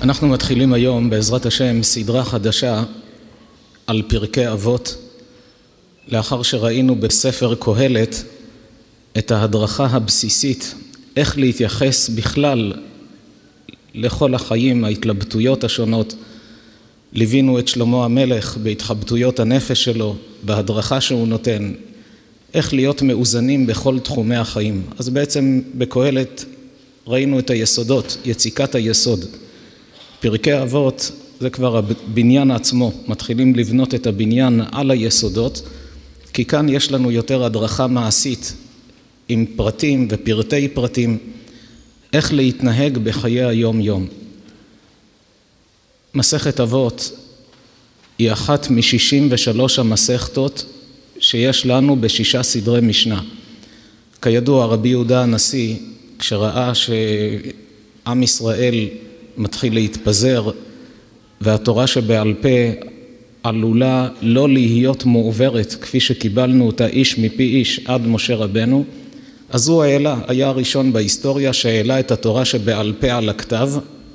אנחנו מתחילים היום בעזרת השם סדרה חדשה על פרקי אבות, לאחר שראינו בספר קהלת את ההדרכה הבסיסית איך להתייחס בכלל לכל החיים, ההתלבטויות השונות. ליווינו את שלמה המלך בהתחבטויות הנפש שלו, בהדרכה שהוא נותן, איך להיות מאוזנים בכל תחומי החיים. אז בעצם בקהלת ראינו את היסודות, יציקת היסוד. פרקי אבות זה כבר הבניין עצמו, מתחילים לבנות את הבניין על היסודות, כי כאן יש לנו יותר הדרכה מעשית עם פרטים ופרטי פרטים, איך להתנהג בחיי היום יום. מסכת אבות היא אחת מ-63 המסכתות שיש לנו ב6 סדרי משנה. כידוע רבי יהודה הנשיא, כשראה שעם ישראל מתחיל להתפזר והתורה שבעל פה עלולה לא להיות מעוברת כפי שקיבלנו אותה איש מפי איש עד משה רבנו, אז הוא היה הראשון בהיסטוריה שהעלה את התורה שבעל פה על הכתב.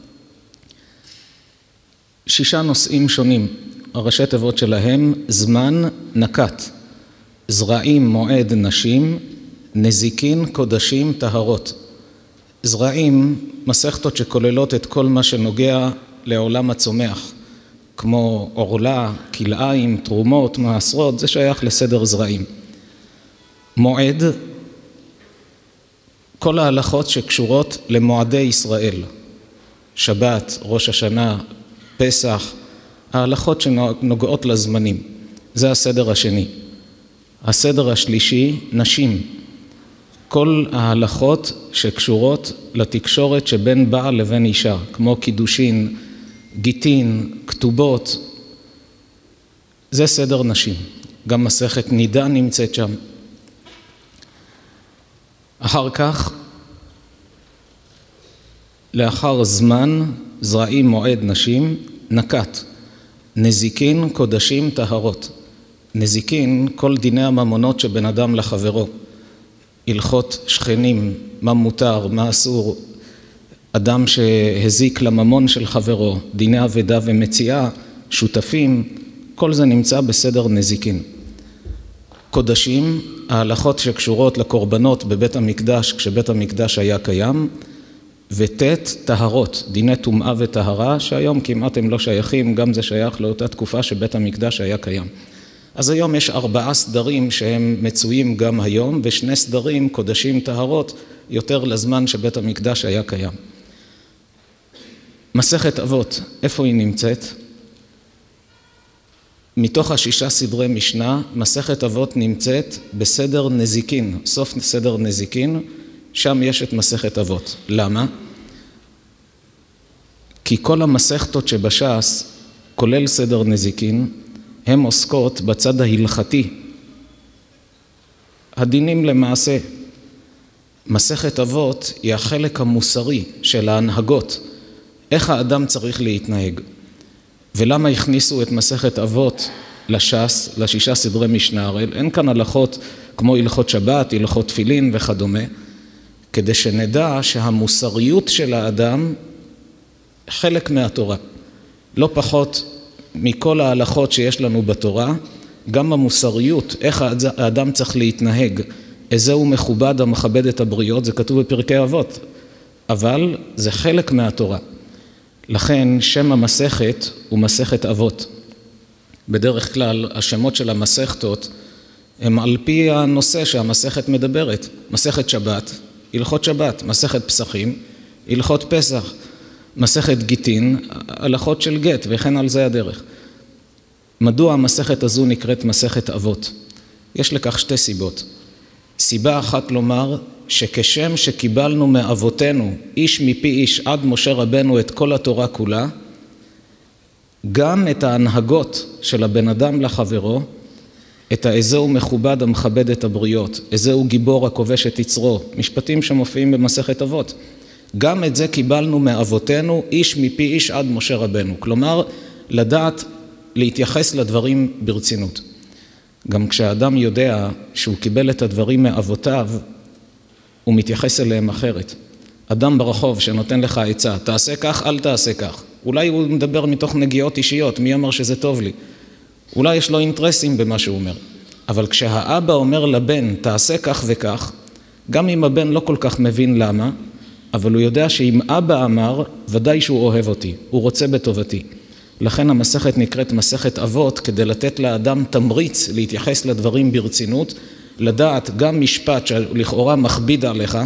6 נושאים שונים, הראשי תיבות שלהם: זמן, נקת, זרעים, מועד, נשים, נזיקין, קודשים, טהרות. זרעים, מסכתות שכוללות את כל מה שנוגע לעולם הצומח, כמו עורלה, כלאיים, תרומות, מעשרות, זה שייך לסדר זרעים. מועד, כל ההלכות שקשורות למועדי ישראל, שבת, ראש השנה, פסח, ההלכות שנוגעות לזמנים, זה הסדר השני. הסדר השלישי, נשים, כל ההלכות שקשורות לתקשורת שבין בעל לבין אישה, כמו קידושין, גיטין, כתובות, זה סדר נשים. גם מסכת נידה נמצאת שם. אחר כך, לאחר זמן, זרעים, מועד, נשים, נקת, נזיקין, קודשים, טהרות. נזיקין, כל דיני הממונות שבין אדם לחברו. הלכות שכנים, מה מותר, מה אסור, אדם שהזיק לממון של חברו, דיני עבדה ומציאה, שותפים, כל זה נמצא בסדר נזיקין. קודשים, ההלכות שקשורות לקורבנות בבית המקדש כשבית המקדש היה קיים, וט' טהרות, דיני טומאה וטהרה, שהיום כמעט הם לא שייכים, גם זה שייך לאותה תקופה שבית המקדש היה קיים. אז היום יש 4 סדרים שהם מצויים גם היום, ו2 סדרים, קודשים, טהרות, יותר לזמן שבית המקדש היה קיים. מסכת אבות, איפה היא נמצאת? מתוך 6 סדרי משנה, מסכת אבות נמצאת בסדר נזיקין, סוף סדר נזיקין, שם יש את מסכת אבות. למה? כי כל המסכתות שבש"ס, כולל סדר נזיקין, הן עוסקות בצד ההלכתי. הדינים למעשה. מסכת אבות היא החלק המוסרי של ההנהגות, איך האדם צריך להתנהג. ולמה הכניסו את מסכת אבות לש"ס, ל6 סדרי משנה? הרי אין כאן הלכות כמו הלכות שבת, הלכות תפילין וכדומה, כדי שנדע שהמוסריות של האדם חלק מהתורה. לא פחות מכל ההלכות שיש לנו בתורה, גם המוסריות, איך האדם צריך להתנהג, איזה הוא מכובד המכבד את הבריות, זה כתוב בפרקי אבות, אבל זה חלק מהתורה. לכן שם המסכת הוא מסכת אבות. בדרך כלל השמות של המסכתות הם על פי הנושא שהמסכת מדברת. מסכת שבת, הלכות שבת, מסכת פסחים, הלכות פסח, מסכת גיטין, הלכות של גט, וכן על זה הדרך. מדוע המסכת הזו נקראת מסכת אבות? יש לכך 2 סיבות. סיבה אחת לומר שכשם שקיבלנו מאבותינו, איש מפי איש עד משה רבנו את כל התורה כולה, גם את ההנהגות של הבן אדם לחברו, את איזהו מכובד המכבד את הבריות, איזהו גיבור הכובש את יצרו, משפטים שמופיעים במסכת אבות. גם את זה קיבלנו מאבותינו, איש מפי איש עד משה רבנו. כלומר, לדעת להתייחס לדברים ברצינות. גם כשאדם יודע שהוא קיבל את הדברים מאבותיו, הוא מתייחס אליהם אחרת. אדם ברחוב שנותן לך עצה, תעשה כך, אל תעשה כך. אולי הוא מדבר מתוך נגיעות אישיות, מי אמר שזה טוב לי? אולי יש לו אינטרסים במה שהוא אומר. אבל כשהאבא אומר לבן, תעשה כך וכך, גם אם הבן לא כל כך מבין למה, אבל הוא יודע שאם אבא אמר, ודאי שהוא אוהב אותי, הוא רוצה בטובתי. לכן המסכת נקראת מסכת אבות, כדי לתת לאדם תמריץ להתייחס לדברים ברצינות, לדעת גם משפט שלכאורה מכביד עליך.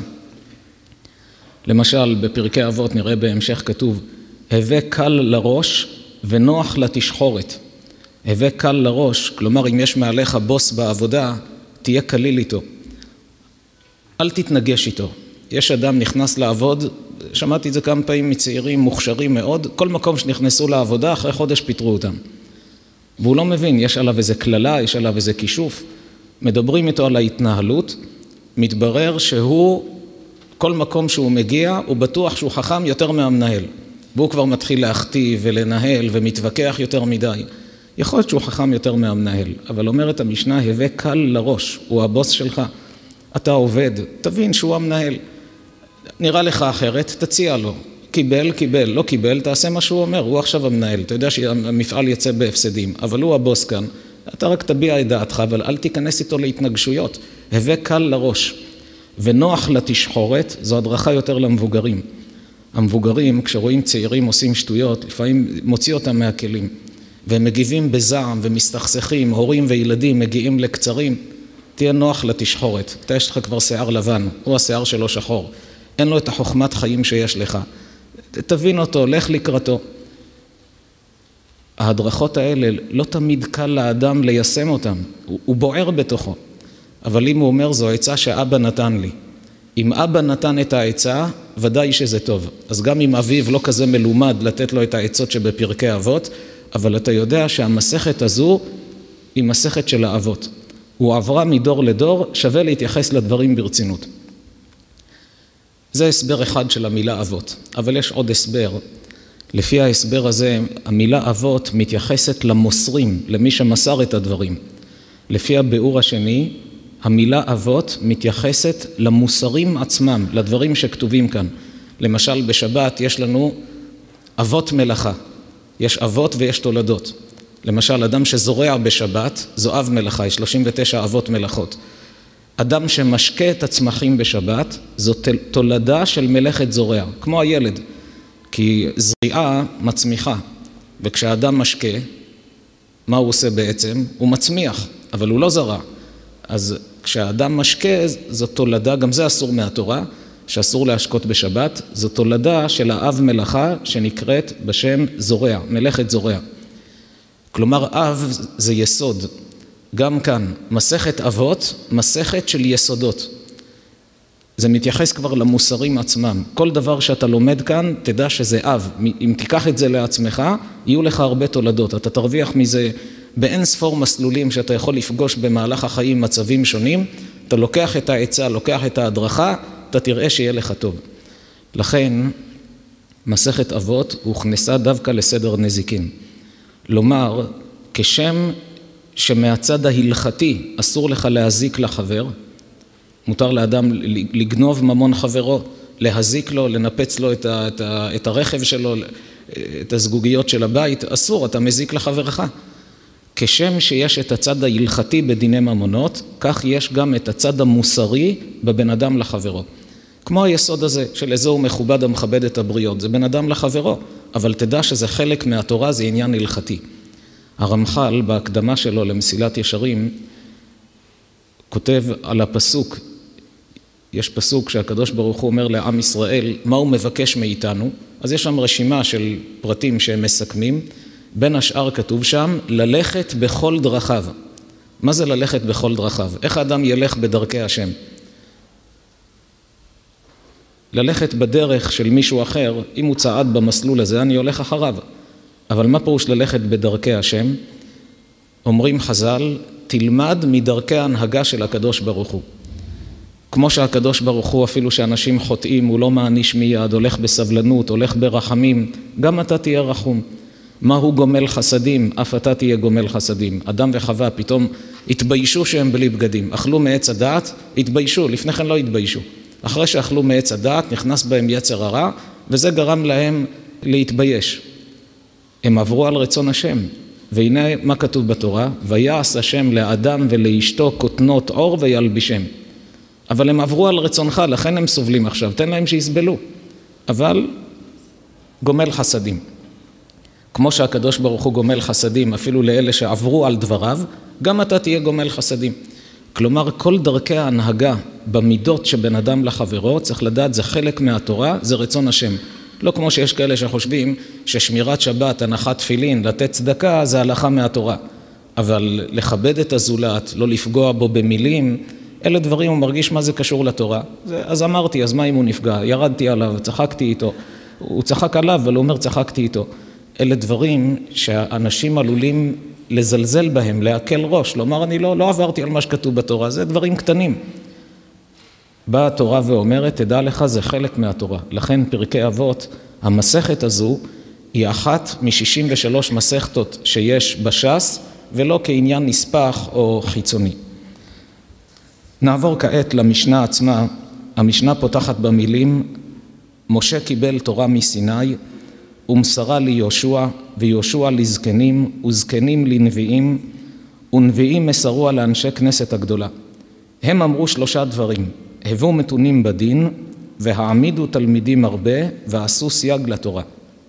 למשל, בפרקי אבות נראה בהמשך כתוב, הווה קל לראש ונוח לתשחורת. הווה קל לראש, כלומר אם יש מעליך בוס בעבודה, תהיה קליל איתו. אל תתנגש איתו. יש אדם נכנס לעבוד, שמעתי את זה כמה פעמים מצעירים מוכשרים מאוד, כל מקום שנכנסו לעבודה, אחרי חודש פיטרו אותם. והוא לא מבין, יש עליו איזה כללה, יש עליו איזה כישוף. מדברים איתו על ההתנהלות, מתברר שהוא, כל מקום שהוא מגיע, הוא בטוח שהוא חכם יותר מהמנהל. והוא כבר מתחיל להכתיב ולנהל ומתווכח יותר מדי. יכול להיות שהוא חכם יותר מהמנהל, אבל אומרת המשנה, הווה קל לראש, הוא הבוס שלך. אתה עובד, תבין שהוא המנהל. נראה לך אחרת, תציע לו. קיבל, קיבל, לא קיבל, תעשה מה שהוא אומר, הוא עכשיו המנהל. אתה יודע שהמפעל יצא בהפסדים, אבל הוא הבוס כאן. אתה רק תביע את דעתך, אבל אל תיכנס איתו להתנגשויות. הווה קל לראש. ונוח לתשחורת, זו הדרכה יותר למבוגרים. המבוגרים, כשרואים צעירים עושים שטויות, לפעמים מוציא אותם מהכלים. והם מגיבים בזעם ומסתכסכים, הורים וילדים מגיעים לקצרים, תהיה נוח לתשחורת. אתה יש לך כבר שיער לבן, הוא השיער שלו שחור. אין לו את החוכמת חיים שיש לך. תבין אותו, לך לקראתו. ההדרכות האלה לא תמיד קל לאדם ליישם אותם, הוא בוער בתוכו. אבל אם הוא אומר, זו העצה שאבא נתן לי. אם אבא נתן את העצה, ודאי שזה טוב. אז גם אם אביו לא כזה מלומד לתת לו את העצות שבפרקי אבות, אבל אתה יודע שהמסכת הזו היא מסכת של האבות. הוא עברה מדור לדור, שווה להתייחס לדברים ברצינות. זה הסבר אחד של המילה אבות, אבל יש עוד הסבר. לפי ההסבר הזה, המילה אבות מתייחסת למוסרים, למי שמסר את הדברים. לפי הביאור השני, המילה אבות מתייחסת למוסרים עצמם, לדברים שכתובים כאן. למשל, בשבת יש לנו אבות מלאכה. יש אבות ויש תולדות. למשל, אדם שזורע בשבת, זו אב מלאכה, יש 39 אבות מלאכות. אדם שמשקה את הצמחים בשבת, זו תולדה של מלאכת זורע, כמו הילד. כי זריעה מצמיחה, וכשאדם משקה, מה הוא עושה בעצם? הוא מצמיח, אבל הוא לא זרע. אז כשאדם משקה, זו תולדה, גם זה אסור מהתורה, שאסור להשקות בשבת, זו תולדה של האב מלאכה שנקראת בשם זורע, מלאכת זורע. כלומר, אב זה יסוד. גם כאן, מסכת אבות, מסכת של יסודות. זה מתייחס כבר למוסרים עצמם. כל דבר שאתה לומד כאן, תדע שזה אב. אם תיקח את זה לעצמך, יהיו לך הרבה תולדות. אתה תרוויח מזה באין ספור מסלולים שאתה יכול לפגוש במהלך החיים מצבים שונים. אתה לוקח את העצה, לוקח את ההדרכה, אתה תראה שיהיה לך טוב. לכן, מסכת אבות הוכנסה דווקא לסדר נזיקין. לומר, כשם שמהצד ההלכתי אסור לך להזיק לחבר, מותר לאדם לגנוב ממון חברו, להזיק לו, לנפץ לו את הרכב שלו, את הזגוגיות של הבית, אסור, אתה מזיק לחברך. כשם שיש את הצד ההלכתי בדיני ממונות, כך יש גם את הצד המוסרי בבן אדם לחברו. כמו היסוד הזה של איזהו מכובד המכבד את הבריות, זה בן אדם לחברו, אבל תדע שזה חלק מהתורה, זה עניין הלכתי. הרמח"ל בהקדמה שלו למסילת ישרים כותב על הפסוק, יש פסוק שהקדוש ברוך הוא אומר לעם ישראל מה הוא מבקש מאיתנו, אז יש שם רשימה של פרטים שהם מסכמים, בין השאר כתוב שם ללכת בכל דרכיו. מה זה ללכת בכל דרכיו? איך האדם ילך בדרכי השם? ללכת בדרך של מישהו אחר, אם הוא צעד במסלול הזה, אני הולך אחריו. אבל מה פירוש ללכת בדרכי השם? אומרים חז"ל, תלמד מדרכי ההנהגה של הקדוש ברוך הוא. כמו שהקדוש ברוך הוא, אפילו שאנשים חוטאים, הוא לא מעניש מיד, הולך בסבלנות, הולך ברחמים, גם אתה תהיה רחום. מה הוא גומל חסדים? אף אתה תהיה גומל חסדים. אדם וחווה פתאום התביישו שהם בלי בגדים. אכלו מעץ הדעת, התביישו, לפני כן לא התביישו. אחרי שאכלו מעץ הדעת, נכנס בהם יצר הרע, וזה גרם להם להתבייש. הם עברו על רצון השם. והנה מה כתוב בתורה? ויעש השם לאדם ולאשתו כותנות עור וילבישם. אבל הם עברו על רצונך, לכן הם סובלים עכשיו. תן להם שיסבלו. אבל גומל חסדים. כמו שהקדוש ברוך הוא גומל חסדים אפילו לאלה שעברו על דבריו, גם אתה תהיה גומל חסדים. כלומר, כל דרכי ההנהגה במידות שבין אדם לחברו, צריך לדעת, זה חלק מהתורה, זה רצון השם. לא כמו שיש כאלה שחושבים ששמירת שבת, הנחת תפילין, לתת צדקה, זה הלכה מהתורה. אבל לכבד את הזולת, לא לפגוע בו במילים, אלה דברים, הוא מרגיש מה זה קשור לתורה. אז אמרתי, אז מה אם הוא נפגע? ירדתי עליו, צחקתי איתו. הוא צחק עליו, אבל הוא אומר, צחקתי איתו. אלה דברים שהאנשים עלולים לזלזל בהם, להקל ראש, לומר, אני לא עברתי על מה שכתוב בתורה, זה דברים קטנים. באה התורה ואומרת, תדע לך, זה חלק מהתורה. לכן פרקי אבות, המסכת הזו, היא אחת מ-63 מסכתות שיש בש"ס, ולא כעניין נספח או חיצוני. נעבור כעת למשנה עצמה. המשנה פותחת במילים, משה קיבל תורה מסיני, ומסרה ליהושע, ויהושע לזקנים, וזקנים לנביאים, ונביאים מסרוה לאנשי כנסת הגדולה. הם אמרו 3 דברים, הבו מתונים בדין, והעמידו תלמידים הרבה, ועשו סייג לתורה.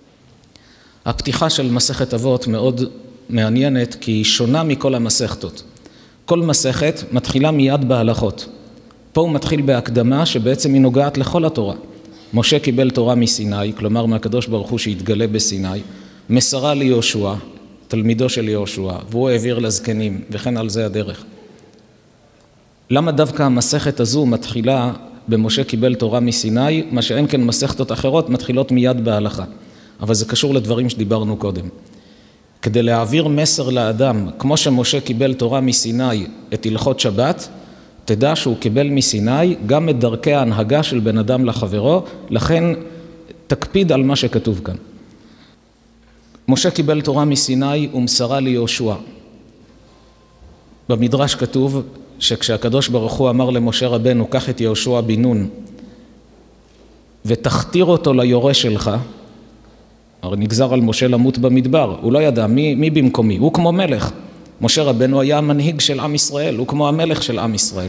הפתיחה של מסכת אבות מאוד מעניינת, כי היא שונה מכל המסכתות. כל מסכת מתחילה מיד בהלכות. פה הוא מתחיל בהקדמה שבעצם היא נוגעת לכל התורה. משה קיבל תורה מסיני, כלומר מהקדוש ברוך הוא שהתגלה בסיני, מסרה ליהושע, תלמידו של יהושע, והוא העביר לזקנים, וכן על זה הדרך. למה דווקא המסכת הזו מתחילה במשה קיבל תורה מסיני, מה שאין כן מסכתות אחרות מתחילות מיד בהלכה. אבל זה קשור לדברים שדיברנו קודם. כדי להעביר מסר לאדם, כמו שמשה קיבל תורה מסיני את הלכות שבת, תדע שהוא קיבל מסיני גם את דרכי ההנהגה של בן אדם לחברו, לכן תקפיד על מה שכתוב כאן. משה קיבל תורה מסיני ומסרה ליהושע. במדרש כתוב שכשהקדוש ברוך הוא אמר למשה רבנו, קח את יהושע בן נון ותכתיר אותו ליורש שלך, הרי נגזר על משה למות במדבר, הוא לא ידע מי במקומי, הוא כמו מלך. משה רבנו היה המנהיג של עם ישראל, הוא כמו המלך של עם ישראל.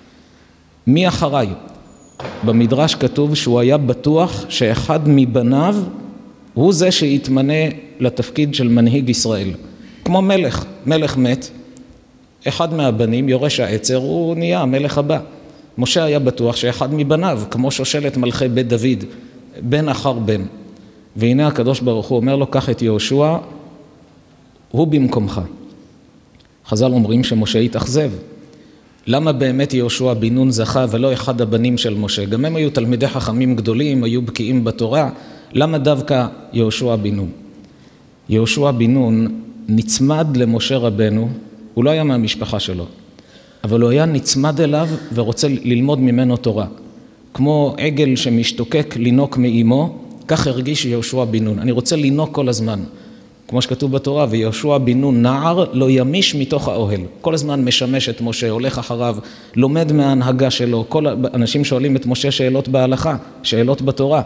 מי אחריי? במדרש כתוב שהוא היה בטוח שאחד מבניו הוא זה שיתמנה לתפקיד של מנהיג ישראל. כמו מלך, מלך מת, אחד מהבנים, יורש העצר, הוא נהיה המלך הבא. משה היה בטוח שאחד מבניו, כמו שושלת מלכי בית דוד, בן אחר בן. והנה הקדוש ברוך הוא אומר לו, קח את יהושע, הוא במקומך. חז"ל אומרים שמשה התאכזב. למה באמת יהושע בן נון זכה ולא אחד הבנים של משה? גם הם היו תלמידי חכמים גדולים, היו בקיאים בתורה. למה דווקא יהושע בן נון? יהושע בן נון נצמד למשה רבנו, הוא לא היה מהמשפחה שלו, אבל הוא היה נצמד אליו ורוצה ללמוד ממנו תורה. כמו עגל שמשתוקק לינוק מאימו, כך הרגיש יהושע בן נון. אני רוצה לינוק כל הזמן. כמו שכתוב בתורה, ויהושע בן נון נער לא ימיש מתוך האוהל. כל הזמן משמש את משה, הולך אחריו, לומד מההנהגה שלו. כל אנשים שואלים את משה שאלות בהלכה, שאלות בתורה.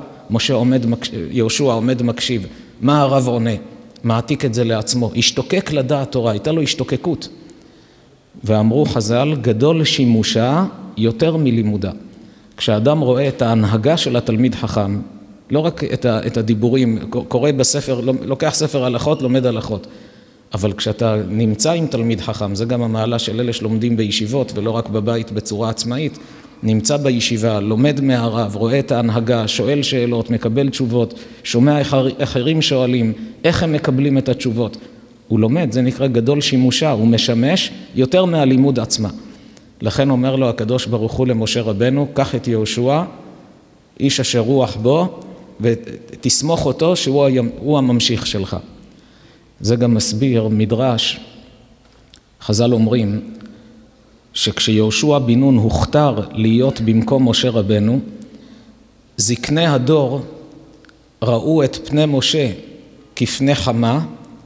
יהושע עומד מקשיב. מה הרב עונה? מעתיק את זה לעצמו. השתוקק לדעת תורה, הייתה לו השתוקקות. ואמרו חז"ל, גדול שימושה יותר מלימודה. כשאדם רואה את ההנהגה של התלמיד חכם, לא רק את הדיבורים, קורא בספר, לוקח ספר הלכות, לומד הלכות. אבל כשאתה נמצא עם תלמיד חכם, זה גם המעלה של אלה שלומדים בישיבות ולא רק בבית בצורה עצמאית, נמצא בישיבה, לומד מהרב, רואה את ההנהגה, שואל שאלות, מקבל תשובות, שומע אחרים שואלים, איך הם מקבלים את התשובות. הוא לומד, זה נקרא גדול שימושה, הוא משמש יותר מהלימוד עצמה. לכן אומר לו הקדוש ברוך הוא למשה רבנו, קח את יהושע, איש אשר רוח בו, ותסמוך אותו שהוא הממשיך שלך. זה גם מסביר מדרש, חז"ל אומרים, שכשיהושע בן נון הוכתר להיות במקום משה רבנו, זקני הדור ראו את פני משה כפני חמה,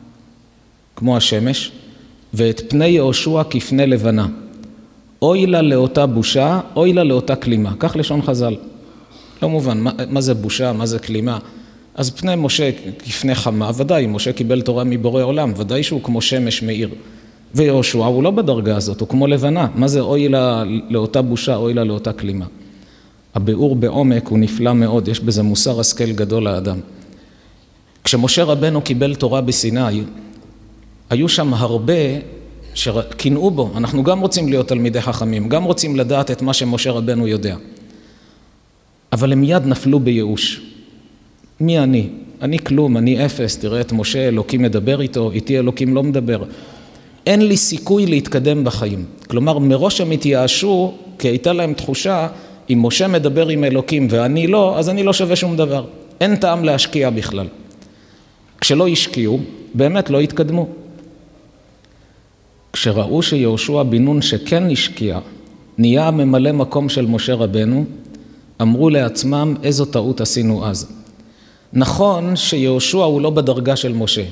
כמו השמש, ואת פני יהושע כפני לבנה. אוי לה לאותה בושה, אוי לה לאותה כלימה. כך לשון חז"ל. לא מובן, מה זה בושה, מה זה כלימה? אז פני משה כפני חמה, ודאי, משה קיבל תורה מבורא עולם, ודאי שהוא כמו שמש מאיר. ויהושע הוא לא בדרגה הזאת, הוא כמו לבנה. מה זה אוי לה לאותה בושה, אוי לה לאותה כלימה? הביאור בעומק הוא נפלא מאוד, יש בזה מוסר השכל גדול לאדם. כשמשה רבנו קיבל תורה בסיני, היו שם הרבה שקינאו בו. אנחנו גם רוצים להיות תלמידי חכמים, גם רוצים לדעת את מה שמשה רבנו יודע. אבל הם מיד נפלו בייאוש. מי אני? אני כלום, אני אפס, תראה את משה, אלוקים מדבר איתו, איתי אלוקים לא מדבר. אין לי סיכוי להתקדם בחיים. כלומר, מראש הם התייאשו, כי הייתה להם תחושה, אם משה מדבר עם אלוקים ואני לא, אז אני לא שווה שום דבר. אין טעם להשקיע בכלל. כשלא השקיעו, באמת לא התקדמו. כשראו שיהושע בן נון שכן השקיע, נהיה ממלא מקום של משה רבנו, אמרו לעצמם איזו טעות עשינו אז. נכון שיהושע הוא לא בדרגה של משה.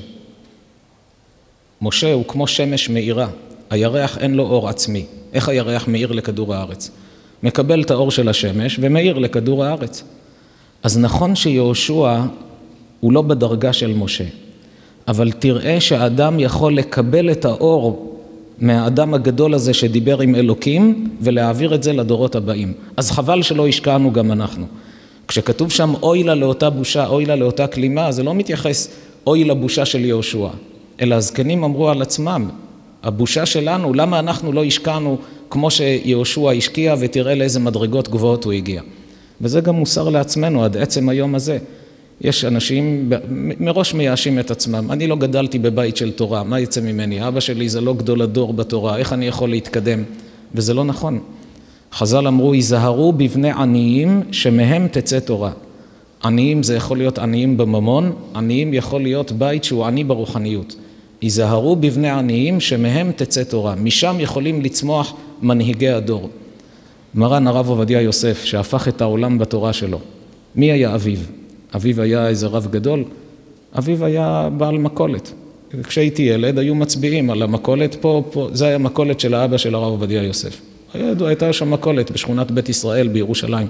משה הוא כמו שמש מאירה. הירח אין לו אור עצמי. איך הירח מאיר לכדור הארץ? מקבל את האור של השמש ומאיר לכדור הארץ. אז נכון שיהושע הוא לא בדרגה של משה. אבל תראה שהאדם יכול לקבל את האור מהאדם הגדול הזה שדיבר עם אלוקים ולהעביר את זה לדורות הבאים. אז חבל שלא השקענו גם אנחנו. כשכתוב שם אוי לה לאותה בושה, אוי לה לאותה כלימה, זה לא מתייחס אוי לבושה של יהושע. אלא הזקנים אמרו על עצמם, הבושה שלנו, למה אנחנו לא השקענו כמו שיהושע השקיע ותראה לאיזה מדרגות גבוהות הוא הגיע. וזה גם מוסר לעצמנו עד עצם היום הזה. יש אנשים מראש מייאשים את עצמם, אני לא גדלתי בבית של תורה, מה יצא ממני? אבא שלי זה לא גדול הדור בתורה, איך אני יכול להתקדם? וזה לא נכון. חז"ל אמרו, יזהרו בבני עניים שמהם תצא תורה. עניים זה יכול להיות עניים בממון, עניים יכול להיות בית שהוא עני ברוחניות. יזהרו בבני עניים שמהם תצא תורה, משם יכולים לצמוח מנהיגי הדור. מרן הרב עובדיה יוסף שהפך את העולם בתורה שלו. מי היה אביו? אביו היה איזה רב גדול, אביו היה בעל מכולת. כשהייתי ילד היו מצביעים על המכולת, פה, זה היה מכולת של האבא של הרב עובדיה יוסף. הייתה שם מכולת בשכונת בית ישראל בירושלים.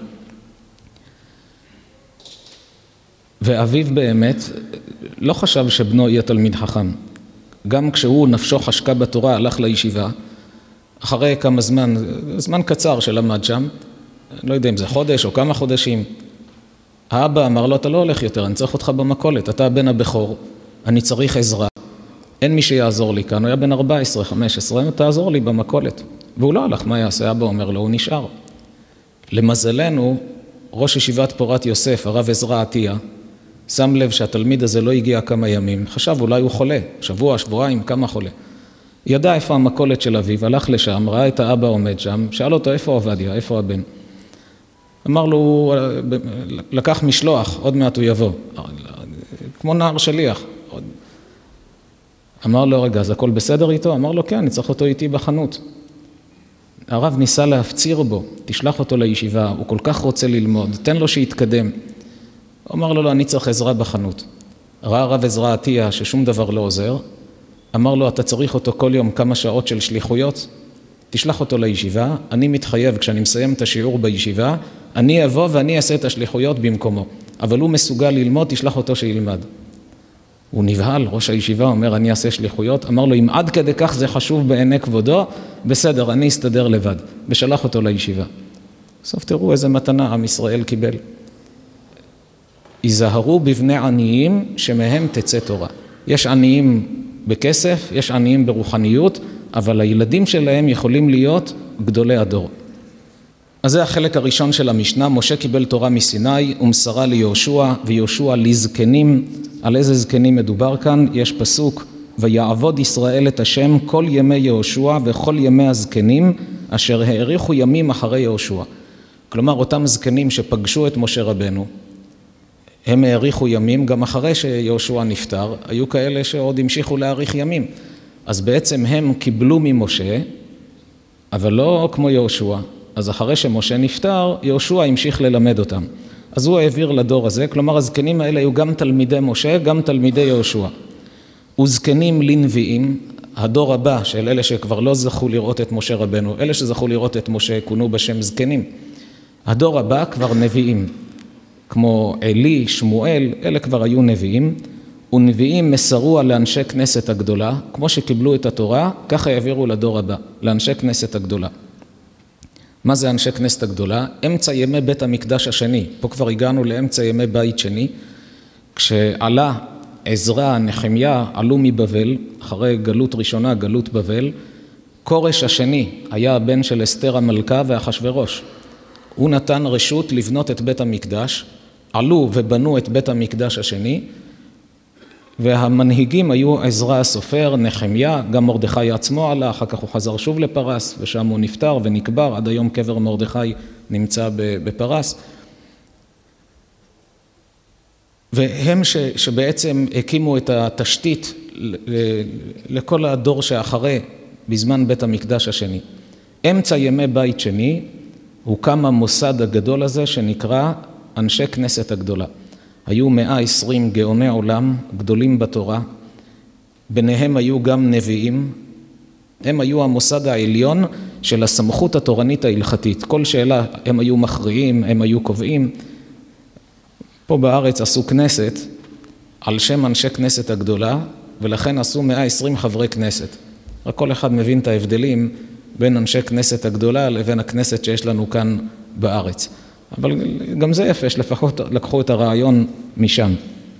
ואביו באמת לא חשב שבנו יהיה תלמיד חכם. גם כשהוא נפשו חשקה בתורה הלך לישיבה, אחרי כמה זמן קצר שלמד שם, לא יודע אם זה חודש או כמה חודשים, האבא אמר לו, אתה לא הולך יותר, אני צריך אותך במכולת, אתה הבן הבכור, אני צריך עזרה, אין מי שיעזור לי כאן, הוא היה בן 14, 15, תעזור לי במכולת. והוא לא הלך, מה יעשה? אבא אומר לו, הוא נשאר. למזלנו, ראש ישיבת פורת יוסף, הרב עזרא עטיה, שם לב שהתלמיד הזה לא הגיע כמה ימים, חשב אולי הוא חולה, שבוע, שבועיים, כמה חולה. ידע איפה המכולת של אביו, הלך לשם, ראה את האבא עומד שם, שאל אותו איפה עובדיה, איפה הבן? אמר לו, לקח משלוח, עוד מעט הוא יבוא, כמו נער שליח. אמר לו, רגע, אז הכל בסדר איתו? אמר לו, כן, אני צריך אותו איתי בחנות. הרב ניסה להפציר בו, תשלח אותו לישיבה, הוא כל כך רוצה ללמוד, תן לו שיתקדם. אמר לו, לא, אני צריך עזרה בחנות. ראה הרב עזרא עטיה ששום דבר לא עוזר, אמר לו, אתה צריך אותו כל יום כמה שעות של שליחויות, תשלח אותו לישיבה, אני מתחייב כשאני מסיים את השיעור בישיבה, אני אבוא ואני אעשה את השליחויות במקומו, אבל הוא מסוגל ללמוד, תשלח אותו שילמד. הוא נבהל, ראש הישיבה אומר, אני אעשה שליחויות, אמר לו, אם עד כדי כך זה חשוב בעיני כבודו, בסדר, אני אסתדר לבד, ושלח אותו לישיבה. בסוף תראו איזה מתנה עם ישראל קיבל. יזהרו בבני עניים שמהם תצא תורה. יש עניים בכסף, יש עניים ברוחניות, אבל הילדים שלהם יכולים להיות גדולי הדור. אז זה החלק הראשון של המשנה, משה קיבל תורה מסיני ומסרה ליהושע, ויהושע לזקנים. על איזה זקנים מדובר כאן? יש פסוק, ויעבוד ישראל את השם כל ימי יהושע וכל ימי הזקנים, אשר האריכו ימים אחרי יהושע. כלומר, אותם זקנים שפגשו את משה רבנו, הם האריכו ימים גם אחרי שיהושע נפטר, היו כאלה שעוד המשיכו להאריך ימים. אז בעצם הם קיבלו ממשה, אבל לא כמו יהושע. אז אחרי שמשה נפטר, יהושע המשיך ללמד אותם. אז הוא העביר לדור הזה, כלומר הזקנים האלה היו גם תלמידי משה, גם תלמידי יהושע. וזקנים לנביאים, הדור הבא של אלה שכבר לא זכו לראות את משה רבנו, אלה שזכו לראות את משה כונו בשם זקנים. הדור הבא כבר נביאים. כמו עלי, שמואל, אלה כבר היו נביאים, ונביאים מסרו לאנשי כנסת הגדולה, כמו שקיבלו את התורה, ככה העבירו לדור הבא, לאנשי כנסת הגדולה. מה זה אנשי כנסת הגדולה? אמצע ימי בית המקדש השני, פה כבר הגענו לאמצע ימי בית שני, כשעלה עזרא, נחמיה, עלו מבבל, אחרי גלות ראשונה, גלות בבל, קורש השני היה הבן של אסתר המלכה ואחשוורוש. הוא נתן רשות לבנות את בית המקדש, עלו ובנו את בית המקדש השני, והמנהיגים היו עזרא הסופר, נחמיה, גם מרדכי עצמו עלה, אחר כך הוא חזר שוב לפרס, ושם הוא נפטר ונקבר, עד היום קבר מרדכי נמצא בפרס. והם שבעצם הקימו את התשתית לכל הדור שאחרי, בזמן בית המקדש השני. אמצע ימי בית שני, הוקם המוסד הגדול הזה שנקרא אנשי כנסת הגדולה. היו 120 גאוני עולם, גדולים בתורה, ביניהם היו גם נביאים, הם היו המוסד העליון של הסמכות התורנית ההלכתית. כל שאלה הם היו מכריעים, הם היו קובעים. פה בארץ עשו כנסת על שם אנשי כנסת הגדולה, ולכן עשו 120 חברי כנסת. רק כל אחד מבין את ההבדלים בין אנשי כנסת הגדולה לבין הכנסת שיש לנו כאן בארץ. אבל גם זה יפה, שלפחות לקחו את הרעיון משם.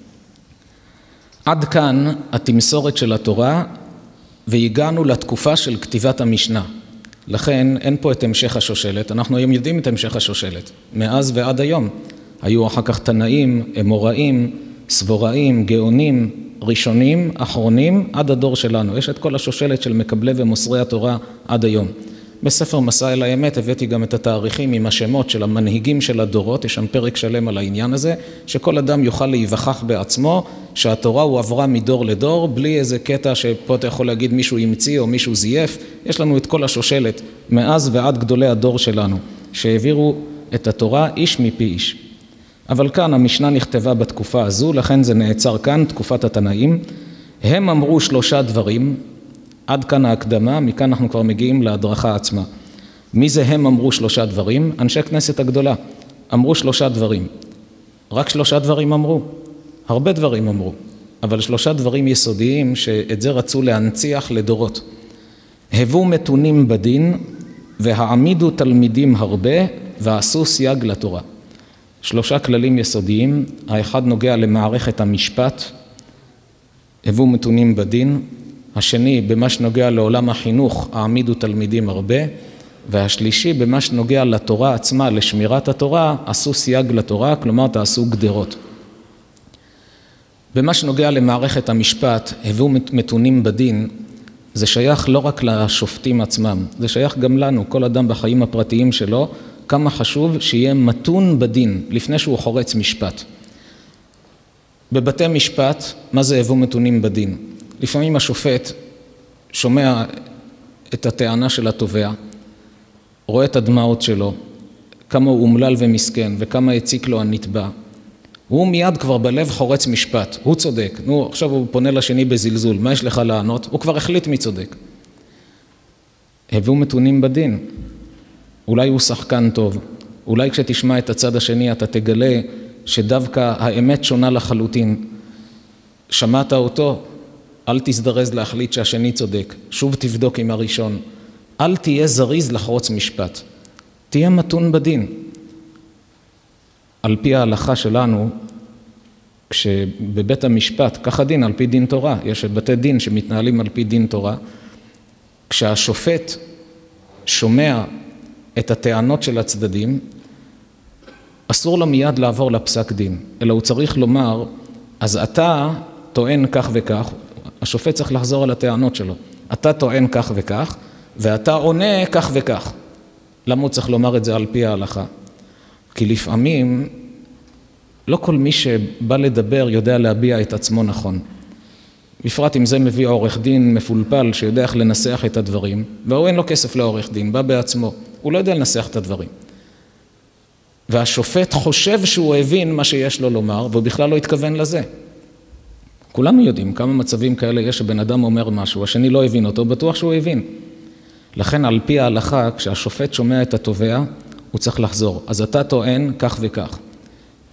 עד כאן התמסורת של התורה, והגענו לתקופה של כתיבת המשנה. לכן אין פה את המשך השושלת, אנחנו היום יודעים את המשך השושלת, מאז ועד היום. היו אחר כך תנאים, אמוראים, סבוראים, גאונים, ראשונים, אחרונים, עד הדור שלנו. יש את כל השושלת של מקבלי ומוסרי התורה עד היום. בספר מסע אל האמת הבאתי גם את התאריכים עם השמות של המנהיגים של הדורות, יש שם פרק שלם על העניין הזה, שכל אדם יוכל להיווכח בעצמו שהתורה הוא עברה מדור לדור, בלי איזה קטע שפה אתה יכול להגיד מישהו המציא או מישהו זייף. יש לנו את כל השושלת מאז ועד גדולי הדור שלנו, שהעבירו את התורה איש מפי איש. אבל כאן המשנה נכתבה בתקופה הזו, לכן זה נעצר כאן, תקופת התנאים. הם אמרו 3 דברים, עד כאן ההקדמה, מכאן אנחנו כבר מגיעים להדרכה עצמה. מי זה הם אמרו 3 דברים? אנשי כנסת הגדולה. אמרו 3 דברים. רק 3 דברים אמרו. הרבה דברים אמרו. אבל 3 דברים יסודיים שאת זה רצו להנציח לדורות. הבו מתונים בדין והעמידו תלמידים הרבה ועשו סייג לתורה. 3 כללים יסודיים, האחד נוגע למערכת המשפט, הבו מתונים בדין, השני במה שנוגע לעולם החינוך, העמידו תלמידים הרבה, והשלישי במה שנוגע לתורה עצמה, לשמירת התורה, עשו סייג לתורה, כלומר תעשו גדרות. במה שנוגע למערכת המשפט, הבו מתונים בדין, זה שייך לא רק לשופטים עצמם, זה שייך גם לנו, כל אדם בחיים הפרטיים שלו, כמה חשוב שיהיה מתון בדין לפני שהוא חורץ משפט. בבתי משפט, מה זה הבו מתונים בדין? לפעמים השופט שומע את הטענה של התובע, רואה את הדמעות שלו, כמה הוא אומלל ומסכן וכמה הציק לו הנתבע. הוא מיד כבר בלב חורץ משפט, הוא צודק. נו, עכשיו הוא פונה לשני בזלזול, מה יש לך לענות? הוא כבר החליט מי צודק. הבו מתונים בדין. אולי הוא שחקן טוב, אולי כשתשמע את הצד השני אתה תגלה שדווקא האמת שונה לחלוטין. שמעת אותו, אל תזדרז להחליט שהשני צודק, שוב תבדוק עם הראשון. אל תהיה זריז לחרוץ משפט, תהיה מתון בדין. על פי ההלכה שלנו, כשבבית המשפט, כך הדין על פי דין תורה, יש בתי דין שמתנהלים על פי דין תורה, כשהשופט שומע את הטענות של הצדדים, אסור לו מיד לעבור לפסק דין, אלא הוא צריך לומר, אז אתה טוען כך וכך, השופט צריך לחזור על הטענות שלו, אתה טוען כך וכך, ואתה עונה כך וכך. למה הוא צריך לומר את זה על פי ההלכה? כי לפעמים לא כל מי שבא לדבר יודע להביע את עצמו נכון. בפרט אם זה מביא עורך דין מפולפל שיודע איך לנסח את הדברים, והוא אין לו כסף לעורך דין, בא בעצמו, הוא לא יודע לנסח את הדברים. והשופט חושב שהוא הבין מה שיש לו לומר, והוא בכלל לא התכוון לזה. כולנו יודעים כמה מצבים כאלה יש שבן אדם אומר משהו, השני לא הבין אותו, בטוח שהוא הבין. לכן על פי ההלכה, כשהשופט שומע את התובע, הוא צריך לחזור. אז אתה טוען כך וכך.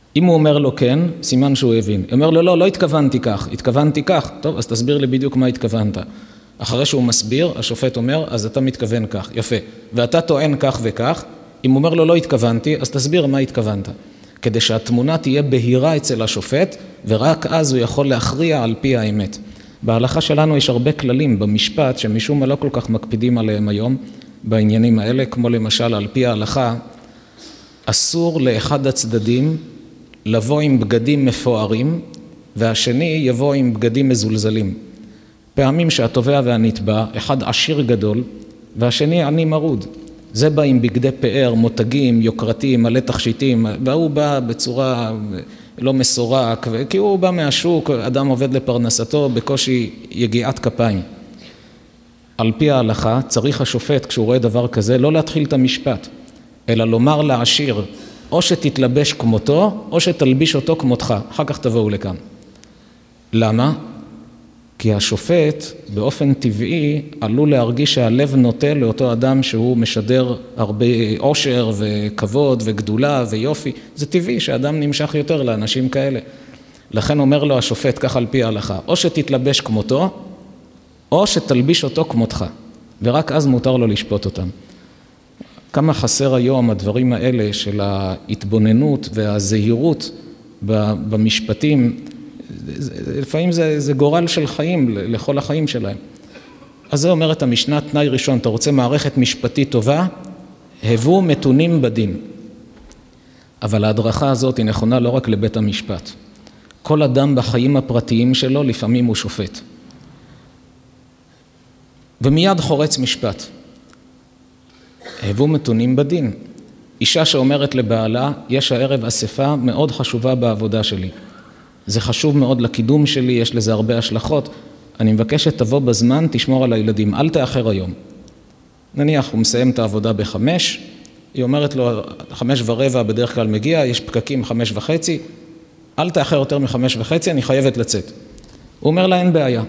אם הוא אומר לו כן, סימן שהוא הבין. הוא אומר לו לא, לא התכוונתי כך, התכוונתי כך. טוב, אז תסביר לי בדיוק מה התכוונת. אחרי שהוא מסביר, השופט אומר, אז אתה מתכוון כך, יפה. ואתה טוען כך וכך, אם הוא אומר לו לא התכוונתי, אז תסביר מה התכוונת. כדי שהתמונה תהיה בהירה אצל השופט, ורק אז הוא יכול להכריע על פי האמת. בהלכה שלנו יש הרבה כללים במשפט, שמשום מה לא כל כך מקפידים עליהם היום, בעניינים האלה, כמו למשל על פי ההלכה, אסור לאחד הצדדים לבוא עם בגדים מפוארים, והשני יבוא עם בגדים מזולזלים. פעמים שהתובע והנתבע, אחד עשיר גדול, והשני עני מרוד. זה בא עם בגדי פאר, מותגים, יוקרתיים, מלא תכשיטים, והוא בא בצורה לא מסורק, כי הוא בא מהשוק, אדם עובד לפרנסתו, בקושי יגיעת כפיים. על פי ההלכה, צריך השופט, כשהוא רואה דבר כזה, לא להתחיל את המשפט, אלא לומר לעשיר, או שתתלבש כמותו, או שתלביש אותו כמותך, אחר כך תבואו לכאן. למה? כי השופט באופן טבעי עלול להרגיש שהלב נוטה לאותו אדם שהוא משדר הרבה עושר וכבוד וגדולה ויופי. זה טבעי שאדם נמשך יותר לאנשים כאלה. לכן אומר לו השופט כך על פי ההלכה, או שתתלבש כמותו, או שתלביש אותו כמותך. ורק אז מותר לו לשפוט אותם. כמה חסר היום הדברים האלה של ההתבוננות והזהירות במשפטים, לפעמים זה גורל של חיים לכל החיים שלהם. אז זה אומרת המשנה, תנאי ראשון, אתה רוצה מערכת משפטית טובה, הבו מתונים בדין. אבל ההדרכה הזאת היא נכונה לא רק לבית המשפט. כל אדם בחיים הפרטיים שלו לפעמים הוא שופט. ומיד חורץ משפט. הבו מתונים בדין. אישה שאומרת לבעלה, יש הערב אספה מאוד חשובה בעבודה שלי. זה חשוב מאוד לקידום שלי, יש לזה הרבה השלכות. אני מבקש שתבוא בזמן, תשמור על הילדים, אל תאחר היום. נניח, הוא מסיים את העבודה ב5, היא אומרת לו, 5:15 בדרך כלל מגיע, יש פקקים 5:30, אל תאחר יותר מ5:30, אני חייבת לצאת. הוא אומר לה, אין בעיה.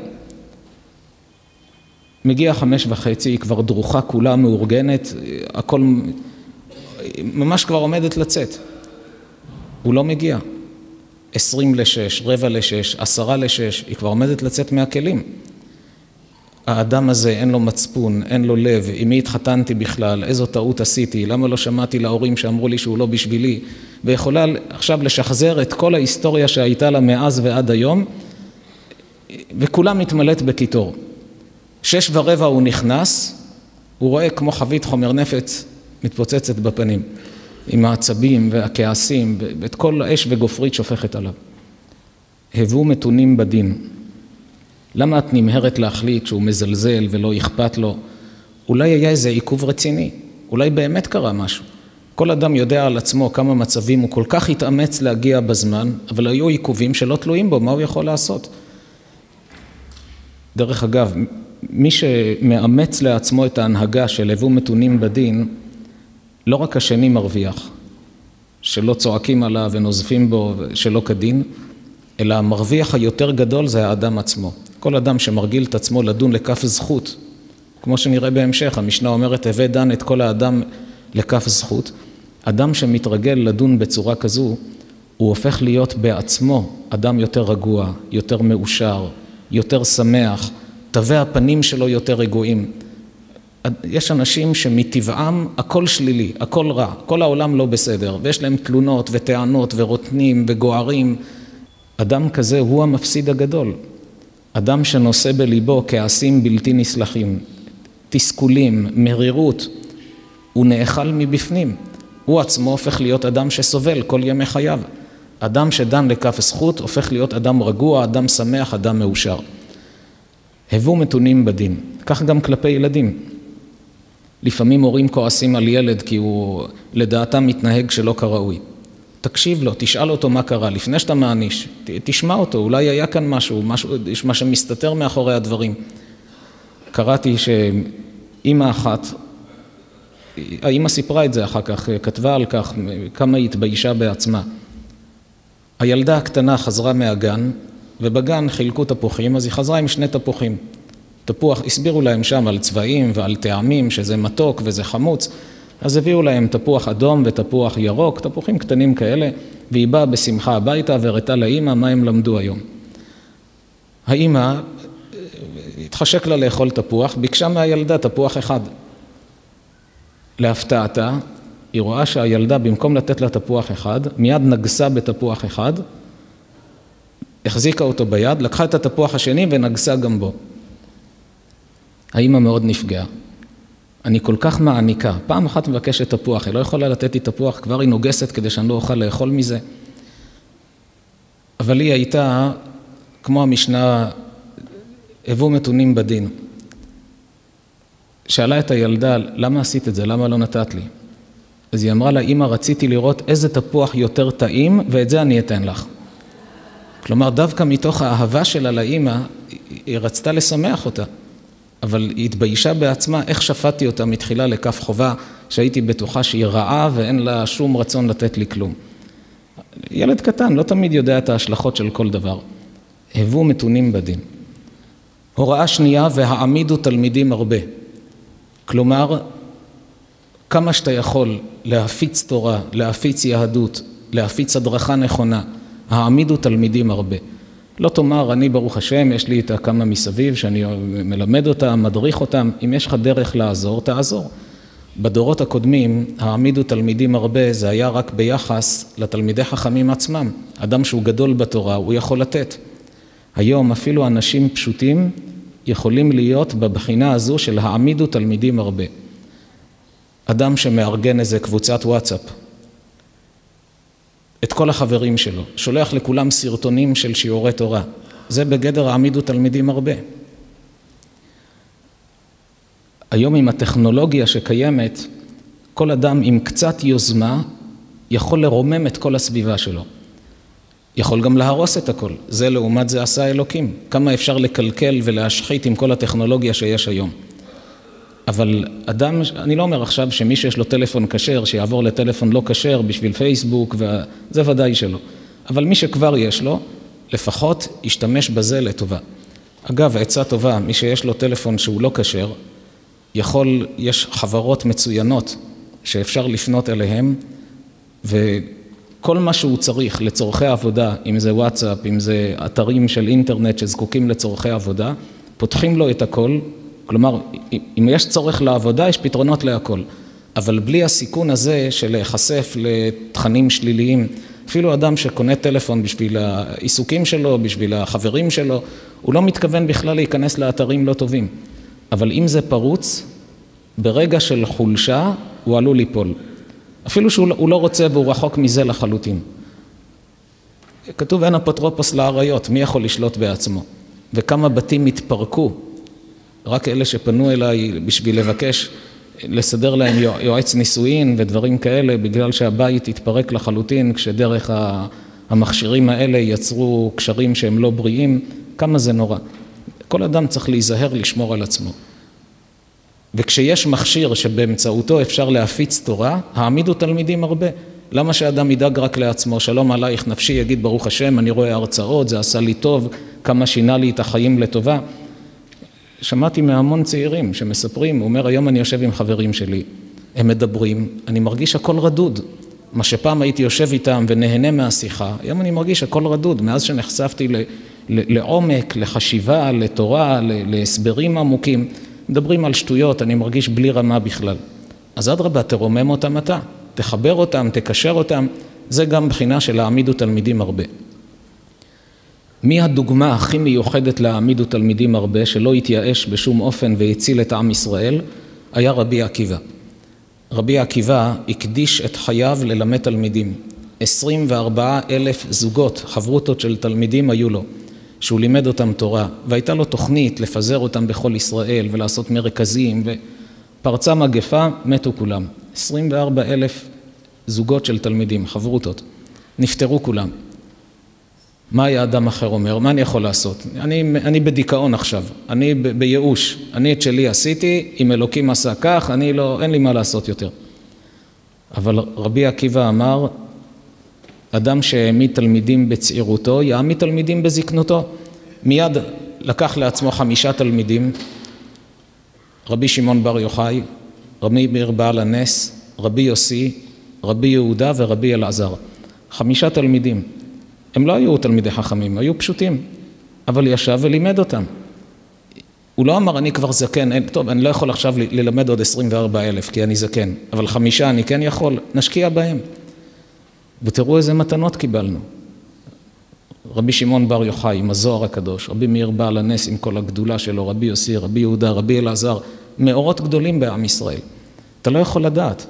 מגיע 5:30, היא כבר דרוכה כולה מאורגנת, הכל ממש כבר עומדת לצאת. הוא לא מגיע. 5:50, 5:45, 5:50, היא כבר עומדת לצאת מהכלים. האדם הזה אין לו מצפון, אין לו לב, עם מי התחתנתי בכלל, איזו טעות עשיתי, למה לא שמעתי להורים שאמרו לי שהוא לא בשבילי, ויכולה עכשיו לשחזר את כל ההיסטוריה שהייתה לה מאז ועד היום, וכולה מתמלאת בקיטור. 6:15 הוא נכנס, הוא רואה כמו חבית חומר נפץ מתפוצצת בפנים, עם העצבים והכעסים, ואת כל האש וגופרית שופכת עליו. הבו מתונים בדין. למה את נמהרת להחליט שהוא מזלזל ולא אכפת לו? אולי היה איזה עיכוב רציני, אולי באמת קרה משהו. כל אדם יודע על עצמו כמה מצבים הוא כל כך התאמץ להגיע בזמן, אבל היו עיכובים שלא תלויים בו, מה הוא יכול לעשות? דרך אגב, מי שמאמץ לעצמו את ההנהגה של הבו מתונים בדין, לא רק השני מרוויח, שלא צועקים עליו ונוזפים בו שלא כדין, אלא המרוויח היותר גדול זה האדם עצמו. כל אדם שמרגיל את עצמו לדון לכף זכות, כמו שנראה בהמשך, המשנה אומרת, הווה דן את כל האדם לכף זכות. אדם שמתרגל לדון בצורה כזו, הוא הופך להיות בעצמו אדם יותר רגוע, יותר מאושר, יותר שמח, תווי הפנים שלו יותר רגועים. יש אנשים שמטבעם הכל שלילי, הכל רע, כל העולם לא בסדר, ויש להם תלונות וטענות ורוטנים וגוערים. אדם כזה הוא המפסיד הגדול. אדם שנושא בליבו כעסים בלתי נסלחים, תסכולים, מרירות, הוא נאכל מבפנים. הוא עצמו הופך להיות אדם שסובל כל ימי חייו. אדם שדן לכף זכות הופך להיות אדם רגוע, אדם שמח, אדם מאושר. הבו מתונים בדין. כך גם כלפי ילדים. לפעמים הורים כועסים על ילד כי הוא לדעתם מתנהג שלא כראוי. תקשיב לו, תשאל אותו מה קרה, לפני שאתה מעניש, תשמע אותו, אולי היה כאן משהו, יש מה שמסתתר מאחורי הדברים. קראתי שאמא אחת, האמא סיפרה את זה אחר כך, כתבה על כך, כמה היא התביישה בעצמה. הילדה הקטנה חזרה מהגן, ובגן חילקו תפוחים, אז היא חזרה עם 2 תפוחים. תפוח, הסבירו להם שם על צבעים ועל טעמים, שזה מתוק וזה חמוץ. אז הביאו להם תפוח אדום ותפוח ירוק, תפוחים קטנים כאלה, והיא באה בשמחה הביתה והראתה לאמא מה הם למדו היום. האמא התחשק לה לאכול תפוח, ביקשה מהילדה תפוח אחד. להפתעתה, היא רואה שהילדה במקום לתת לה תפוח אחד, מיד נגסה בתפוח אחד, החזיקה אותו ביד, לקחה את התפוח השני ונגסה גם בו. האמא מאוד נפגעה. אני כל כך מעניקה, פעם אחת מבקשת תפוח, היא לא יכולה לתת לי תפוח, כבר היא נוגסת כדי שאני לא אוכל לאכול מזה. אבל היא הייתה, כמו המשנה, הבו מתונים בדין. שאלה את הילדה, למה עשית את זה? למה לא נתת לי? אז היא אמרה לה, אמא, רציתי לראות איזה תפוח יותר טעים, ואת זה אני אתן לך. כלומר, דווקא מתוך האהבה שלה לאמא, היא רצתה לשמח אותה. אבל היא התביישה בעצמה, איך שפטתי אותה מתחילה לכף חובה, שהייתי בטוחה שהיא רעה ואין לה שום רצון לתת לי כלום. ילד קטן לא תמיד יודע את ההשלכות של כל דבר. הבו מתונים בדין. הוראה שנייה, והעמידו תלמידים הרבה. כלומר, כמה שאתה יכול להפיץ תורה, להפיץ יהדות, להפיץ הדרכה נכונה, העמידו תלמידים הרבה. לא תאמר, אני ברוך השם, יש לי את כמה מסביב שאני מלמד אותם, מדריך אותם, אם יש לך דרך לעזור, תעזור. בדורות הקודמים, העמידו תלמידים הרבה, זה היה רק ביחס לתלמידי חכמים עצמם. אדם שהוא גדול בתורה, הוא יכול לתת. היום אפילו אנשים פשוטים יכולים להיות בבחינה הזו של העמידו תלמידים הרבה. אדם שמארגן איזה קבוצת וואטסאפ, את כל החברים שלו, שולח לכולם סרטונים של שיעורי תורה. זה בגדר העמידו תלמידים הרבה. היום עם הטכנולוגיה שקיימת, כל אדם עם קצת יוזמה יכול לרומם את כל הסביבה שלו. יכול גם להרוס את הכל. זה לעומת זה עשה אלוקים. כמה אפשר לקלקל ולהשחית עם כל הטכנולוגיה שיש היום. אבל אדם, אני לא אומר עכשיו שמי שיש לו טלפון כשר, שיעבור לטלפון לא כשר בשביל פייסבוק, זה ודאי שלא. אבל מי שכבר יש לו, לפחות ישתמש בזה לטובה. אגב, עצה טובה, מי שיש לו טלפון שהוא לא כשר, יש חברות מצוינות שאפשר לפנות אליהם, וכל מה שהוא צריך לצורכי עבודה, אם זה וואטסאפ, אם זה אתרים של אינטרנט שזקוקים לצורכי עבודה, פותחים לו את הכל, כלומר, אם יש צורך לעבודה, יש פתרונות להכל. אבל בלי הסיכון הזה של להיחשף לתכנים שליליים, אפילו אדם שקונה טלפון בשביל העיסוקים שלו, בשביל החברים שלו, הוא לא מתכוון בכלל להיכנס לאתרים לא טובים. אבל אם זה פרוץ, ברגע של חולשה, הוא עלול ליפול. אפילו שהוא לא רוצה והוא רחוק מזה לחלוטין. כתוב אין אפוטרופוס לעריות, מי יכול לשלוט בעצמו? וכמה בתים התפרקו, רק אלה שפנו אליי בשביל לבקש לסדר להם יועץ נישואין ודברים כאלה, בגלל שהבית התפרק לחלוטין, כשדרך המכשירים האלה יצרו קשרים שהם לא בריאים, כמה זה נורא. כל אדם צריך להיזהר לשמור על עצמו. וכשיש מכשיר שבאמצעותו אפשר להפיץ תורה, העמידו תלמידים הרבה. למה שאדם ידאג רק לעצמו? שלום עלייך נפשי, יגיד ברוך השם, אני רואה הרצאות, זה עשה לי טוב, כמה שינה לי את החיים לטובה. שמעתי מהמון צעירים שמספרים, הוא אומר, היום אני יושב עם חברים שלי, הם מדברים, אני מרגיש הכל רדוד. מה שפעם הייתי יושב איתם ונהנה מהשיחה, היום אני מרגיש הכל רדוד, מאז שנחשפתי לעומק, לחשיבה, לתורה, להסברים עמוקים, מדברים על שטויות, אני מרגיש בלי רמה בכלל. אז אדרבה, תרומם אותם אתה, תחבר אותם, תקשר אותם, זה גם בחינה של העמידו תלמידים הרבה. מי הדוגמה הכי מיוחדת להעמידו תלמידים הרבה, שלא התייאש בשום אופן והציל את עם ישראל, היה רבי עקיבא. רבי עקיבא הקדיש את חייו ללמד תלמידים. 24,000 זוגות, חברותות של תלמידים היו לו, שהוא לימד אותם תורה, והייתה לו תוכנית לפזר אותם בכל ישראל ולעשות מרכזים, ופרצה מגפה, מתו כולם. 24,000 זוגות של תלמידים, חברותות, נפטרו כולם. מה היה אדם אחר אומר? מה אני יכול לעשות? אני בדיכאון עכשיו, אני בייאוש, אני את שלי עשיתי, אם אלוקים עשה כך, אין לי מה לעשות יותר. אבל רבי עקיבא אמר, אדם שהעמיד תלמידים בצעירותו, יעמיד תלמידים בזקנותו. מיד לקח לעצמו 5 תלמידים, רבי שמעון בר יוחאי, רבי מאיר בעל הנס, רבי יוסי, רבי יהודה ורבי אלעזר. 5 תלמידים. הם לא היו תלמידי חכמים, היו פשוטים, אבל ישב ולימד אותם. הוא לא אמר, אני כבר זקן, טוב, אני לא יכול עכשיו ללמד עוד 24,000, כי אני זקן, אבל 5 אני כן יכול, נשקיע בהם. ותראו איזה מתנות קיבלנו. רבי שמעון בר יוחאי עם הזוהר הקדוש, רבי מאיר בעל הנס עם כל הגדולה שלו, רבי יוסי, רבי יהודה, רבי אלעזר, מאורות גדולים בעם ישראל. אתה לא יכול לדעת.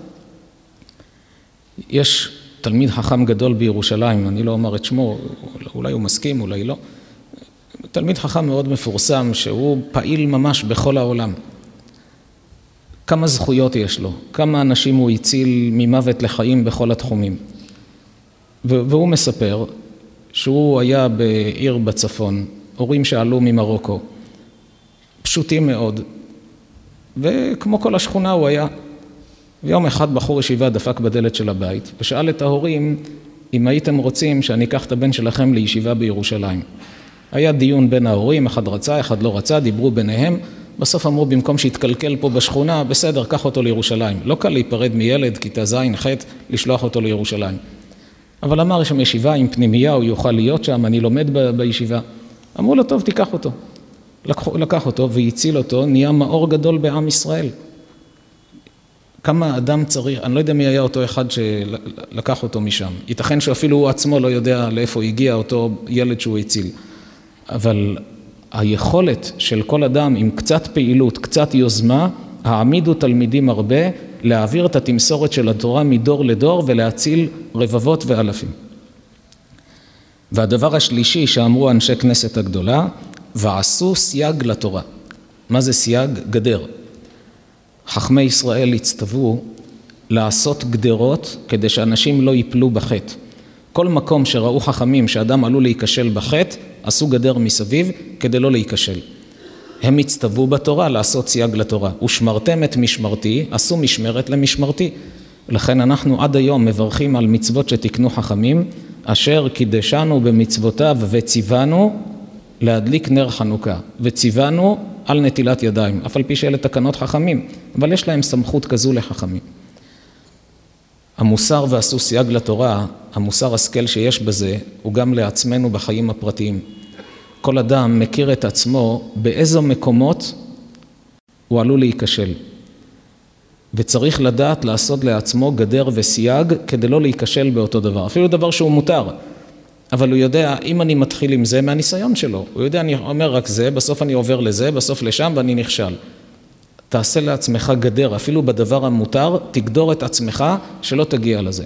יש תלמיד חכם גדול בירושלים, אני לא אומר את שמו, אולי הוא מסכים, אולי לא. תלמיד חכם מאוד מפורסם, שהוא פעיל ממש בכל העולם. כמה זכויות יש לו, כמה אנשים הוא הציל ממוות לחיים בכל התחומים. והוא מספר שהוא היה בעיר בצפון, הורים שעלו ממרוקו, פשוטים מאוד, וכמו כל השכונה הוא היה. ויום אחד בחור ישיבה דפק בדלת של הבית, ושאל את ההורים, אם הייתם רוצים שאני אקח את הבן שלכם לישיבה בירושלים. היה דיון בין ההורים, אחד רצה, אחד לא רצה, דיברו ביניהם, בסוף אמרו במקום שיתקלקל פה בשכונה, בסדר, קח אותו לירושלים. לא קל להיפרד מילד, כיתה ז' ח', לשלוח אותו לירושלים. אבל אמר שם ישיבה עם פנימייה, הוא יוכל להיות שם, אני לומד בישיבה. אמרו לו, טוב, תיקח אותו. לקח אותו והציל אותו, נהיה מאור גדול בעם ישראל. כמה אדם צריך, אני לא יודע מי היה אותו אחד שלקח אותו משם. ייתכן שאפילו הוא עצמו לא יודע לאיפה הגיע אותו ילד שהוא הציל. אבל היכולת של כל אדם עם קצת פעילות, קצת יוזמה, העמידו תלמידים הרבה, להעביר את התמסורת של התורה מדור לדור ולהציל רבבות ואלפים. והדבר השלישי שאמרו אנשי כנסת הגדולה, ועשו סייג לתורה. מה זה סייג? גדר. חכמי ישראל הצטוו לעשות גדרות כדי שאנשים לא ייפלו בחטא. כל מקום שראו חכמים שאדם עלול להיכשל בחטא, עשו גדר מסביב כדי לא להיכשל. הם הצטוו בתורה לעשות סייג לתורה. ושמרתם את משמרתי, עשו משמרת למשמרתי. לכן אנחנו עד היום מברכים על מצוות שתקנו חכמים, אשר קידשנו במצוותיו וציוונו להדליק נר חנוכה. וציוונו על נטילת ידיים, אף על פי שאלה תקנות חכמים, אבל יש להם סמכות כזו לחכמים. המוסר ועשו סייג לתורה, המוסר השכל שיש בזה, הוא גם לעצמנו בחיים הפרטיים. כל אדם מכיר את עצמו באיזו מקומות הוא עלול להיכשל. וצריך לדעת לעשות לעצמו גדר וסייג כדי לא להיכשל באותו דבר. אפילו דבר שהוא מותר. אבל הוא יודע, אם אני מתחיל עם זה מהניסיון שלו, הוא יודע, אני אומר רק זה, בסוף אני עובר לזה, בסוף לשם ואני נכשל. תעשה לעצמך גדר, אפילו בדבר המותר, תגדור את עצמך שלא תגיע לזה.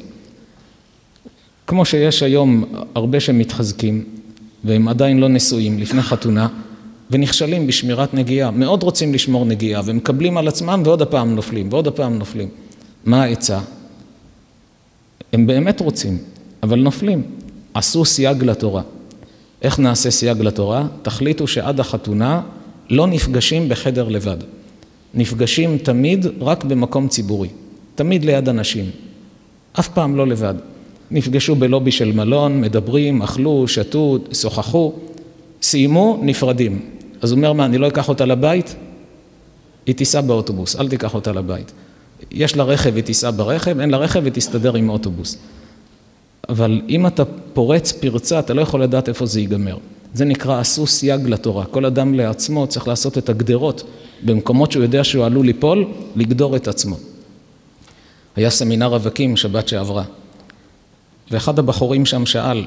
כמו שיש היום הרבה שמתחזקים, והם עדיין לא נשואים לפני חתונה, ונכשלים בשמירת נגיעה, מאוד רוצים לשמור נגיעה, ומקבלים על עצמם ועוד הפעם נופלים, ועוד הפעם נופלים. מה העצה? הם באמת רוצים, אבל נופלים. עשו סייג לתורה. איך נעשה סייג לתורה? תחליטו שעד החתונה לא נפגשים בחדר לבד. נפגשים תמיד רק במקום ציבורי. תמיד ליד אנשים. אף פעם לא לבד. נפגשו בלובי של מלון, מדברים, אכלו, שתו, שוחחו, סיימו, נפרדים. אז הוא אומר, מה, אני לא אקח אותה לבית? היא תיסע באוטובוס, אל תיקח אותה לבית. יש לה רכב, היא תיסע ברכב, אין לה רכב, היא תסתדר עם אוטובוס. אבל אם אתה פורץ פרצה, אתה לא יכול לדעת איפה זה ייגמר. זה נקרא עשו סייג לתורה. כל אדם לעצמו צריך לעשות את הגדרות במקומות שהוא יודע שהוא עלול ליפול, לגדור את עצמו. היה סמינר רווקים שבת שעברה. ואחד הבחורים שם שאל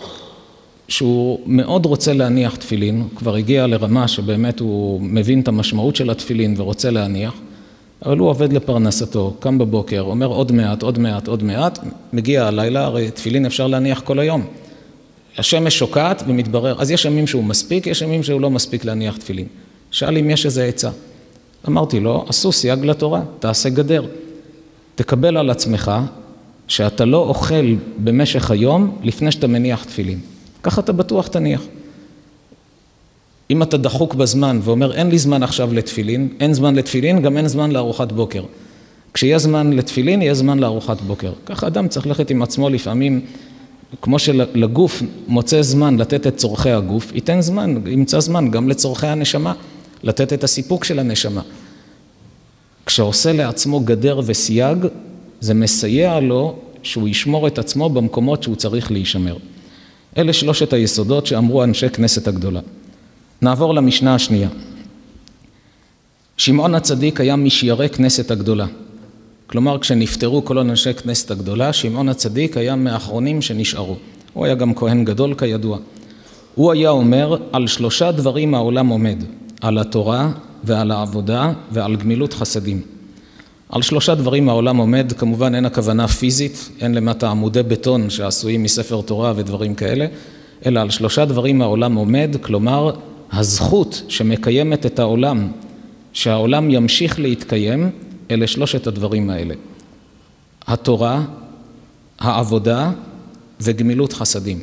שהוא מאוד רוצה להניח תפילין, הוא כבר הגיע לרמה שבאמת הוא מבין את המשמעות של התפילין ורוצה להניח, אבל הוא עובד לפרנסתו, קם בבוקר, אומר עוד מעט, עוד מעט, עוד מעט, מגיע הלילה, הרי תפילין אפשר להניח כל היום. השמש שוקעת ומתברר, אז יש ימים שהוא מספיק, יש ימים שהוא לא מספיק להניח תפילין. שאל אם יש איזה עצה. אמרתי לו, עשו סייג לתורה, תעשה גדר. תקבל על עצמך שאתה לא אוכל במשך היום לפני שאתה מניח תפילין. ככה אתה בטוח תניח. אם אתה דחוק בזמן ואומר אין לי זמן עכשיו לתפילין, אין זמן לתפילין, גם אין זמן לארוחת בוקר. כשיהיה זמן לתפילין, יהיה זמן לארוחת בוקר. ככה אדם צריך ללכת עם עצמו לפעמים, כמו שלגוף מוצא זמן לתת את צורכי הגוף, ייתן זמן, ימצא זמן גם לצורכי הנשמה, לתת את הסיפוק של הנשמה. כשעושה לעצמו גדר וסייג, זה מסייע לו שהוא ישמור את עצמו במקומות שהוא צריך להישמר. אלה שלושת היסודות שאמרו אנשי כנסת הגדולה. נעבור למשנה השנייה. שמעון הצדיק היה משיירי כנסת הגדולה. כלומר, כשנפטרו כל אנשי כנסת הגדולה, שמעון הצדיק היה מהאחרונים שנשארו. הוא היה גם כהן גדול כידוע. הוא היה אומר, על 3 דברים העולם עומד, על התורה ועל העבודה ועל גמילות חסדים. על 3 דברים העולם עומד, כמובן אין הכוונה פיזית, אין למטה עמודי בטון שעשויים מספר תורה ודברים כאלה, אלא על 3 דברים העולם עומד, כלומר, הזכות שמקיימת את העולם, שהעולם ימשיך להתקיים, אלה 3 הדברים האלה. התורה, העבודה וגמילות חסדים.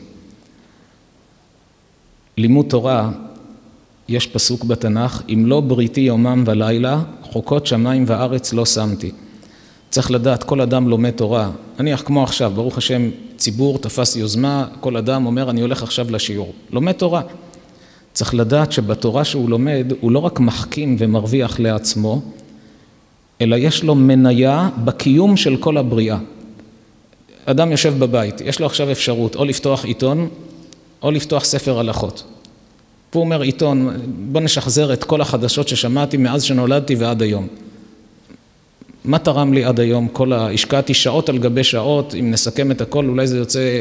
לימוד תורה, יש פסוק בתנ"ך, אם לא בריתי יומם ולילה, חוקות שמיים וארץ לא שמתי. צריך לדעת, כל אדם לומד תורה, נניח כמו עכשיו, ברוך השם, ציבור תפס יוזמה, כל אדם אומר, אני הולך עכשיו לשיעור. לומד תורה. צריך לדעת שבתורה שהוא לומד, הוא לא רק מחכים ומרוויח לעצמו, אלא יש לו מניה בקיום של כל הבריאה. אדם יושב בבית, יש לו עכשיו אפשרות או לפתוח עיתון, או לפתוח ספר הלכות. הוא אומר עיתון, בוא נשחזר את כל החדשות ששמעתי מאז שנולדתי ועד היום. מה תרם לי עד היום? השקעתי שעות על גבי שעות, אם נסכם את הכל, אולי זה יוצא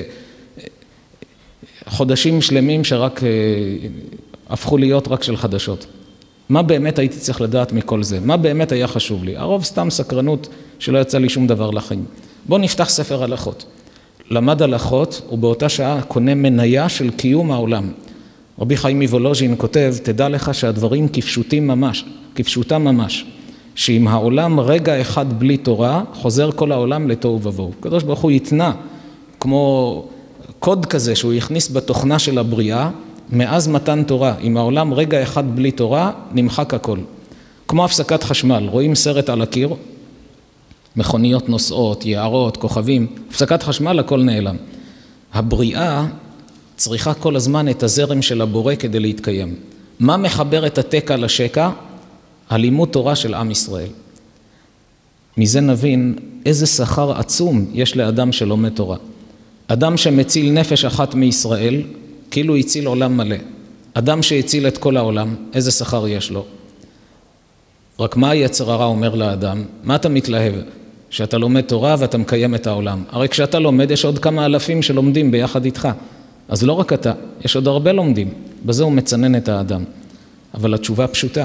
חודשים שלמים שרק הפכו להיות רק של חדשות. מה באמת הייתי צריך לדעת מכל זה? מה באמת היה חשוב לי? הרוב סתם סקרנות שלא יצא לי שום דבר לחיים. בוא נפתח ספר הלכות. למד הלכות ובאותה שעה קונה מניה של קיום העולם. רבי חיים מוולוז'ין כותב, תדע לך שהדברים כפשוטם ממש, שאם העולם רגע אחד בלי תורה, חוזר כל העולם לתוהו ובוהו. הקדוש ברוך הוא יתנה, כמו קוד כזה שהוא יכניס בתוכנה של הבריאה, מאז מתן תורה. אם העולם רגע אחד בלי תורה, נמחק הכל. כמו הפסקת חשמל, רואים סרט על הקיר, מכוניות נוסעות, יערות, כוכבים, הפסקת חשמל, הכל נעלם. הבריאה צריכה כל הזמן את הזרם של הבורא כדי להתקיים. מה מחבר את התקע לשקע? הלימוד תורה של עם ישראל. מזה נבין איזה שכר עצום יש לאדם שלומד תורה. אדם שמציל נפש אחת מישראל, כאילו הציל עולם מלא. אדם שהציל את כל העולם, איזה שכר יש לו? רק מה היצר הרע אומר לאדם? מה אתה מתלהב? שאתה לומד תורה ואתה מקיים את העולם. הרי כשאתה לומד יש עוד כמה אלפים שלומדים ביחד איתך. אז לא רק אתה, יש עוד הרבה לומדים. בזה הוא מצנן את האדם. אבל התשובה פשוטה.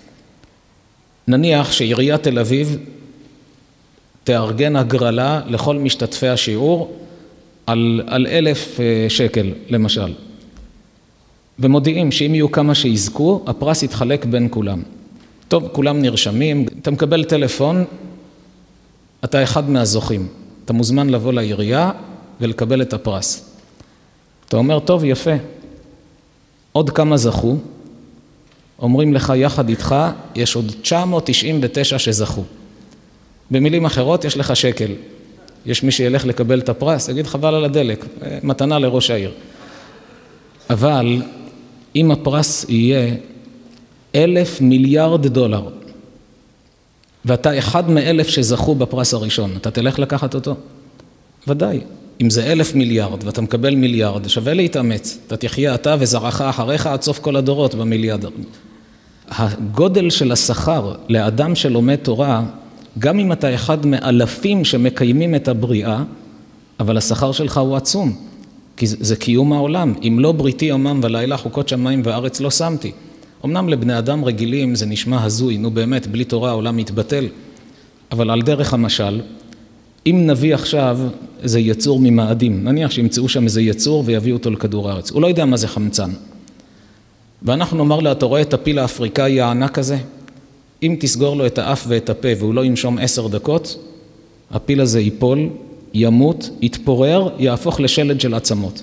נניח שעיריית תל אביב תארגן הגרלה לכל משתתפי השיעור על 1,000 שקל למשל. ומודיעים שאם יהיו כמה שיזכו, הפרס יתחלק בין כולם. טוב, כולם נרשמים, אתה מקבל טלפון, אתה אחד מהזוכים. אתה מוזמן לבוא לעירייה ולקבל את הפרס. אתה אומר, טוב, יפה. עוד כמה זכו, אומרים לך יחד איתך, יש עוד 999 שזכו. במילים אחרות, יש לך שקל. יש מי שילך לקבל את הפרס, יגיד חבל על הדלק, מתנה לראש העיר. אבל אם הפרס יהיה 1,000 מיליארד דולר, ואתה אחד מ1,000 שזכו בפרס הראשון, אתה תלך לקחת אותו? ודאי. אם זה 1,000 מיליארד ואתה מקבל מיליארד, שווה להתאמץ. אתה תחיה אתה וזרעך אחריך עד סוף כל הדורות במיליארד. הגודל של השכר לאדם שלומד תורה, גם אם אתה אחד מאלפים שמקיימים את הבריאה, אבל השכר שלך הוא עצום. כי זה קיום העולם. אם לא בריתי יומם ולילה חוקות שמיים וארץ לא שמתי. אמנם לבני אדם רגילים זה נשמע הזוי, נו באמת, בלי תורה העולם מתבטל. אבל על דרך המשל, אם נביא עכשיו איזה יצור ממאדים, נניח שימצאו שם איזה יצור ויביאו אותו לכדור הארץ, הוא לא יודע מה זה חמצן. ואנחנו נאמר לה, אתה רואה את הפיל האפריקאי הענק הזה? אם תסגור לו את האף ואת הפה והוא לא ינשום 10 דקות, הפיל הזה ייפול, ימות, יתפורר, יהפוך לשלד של עצמות.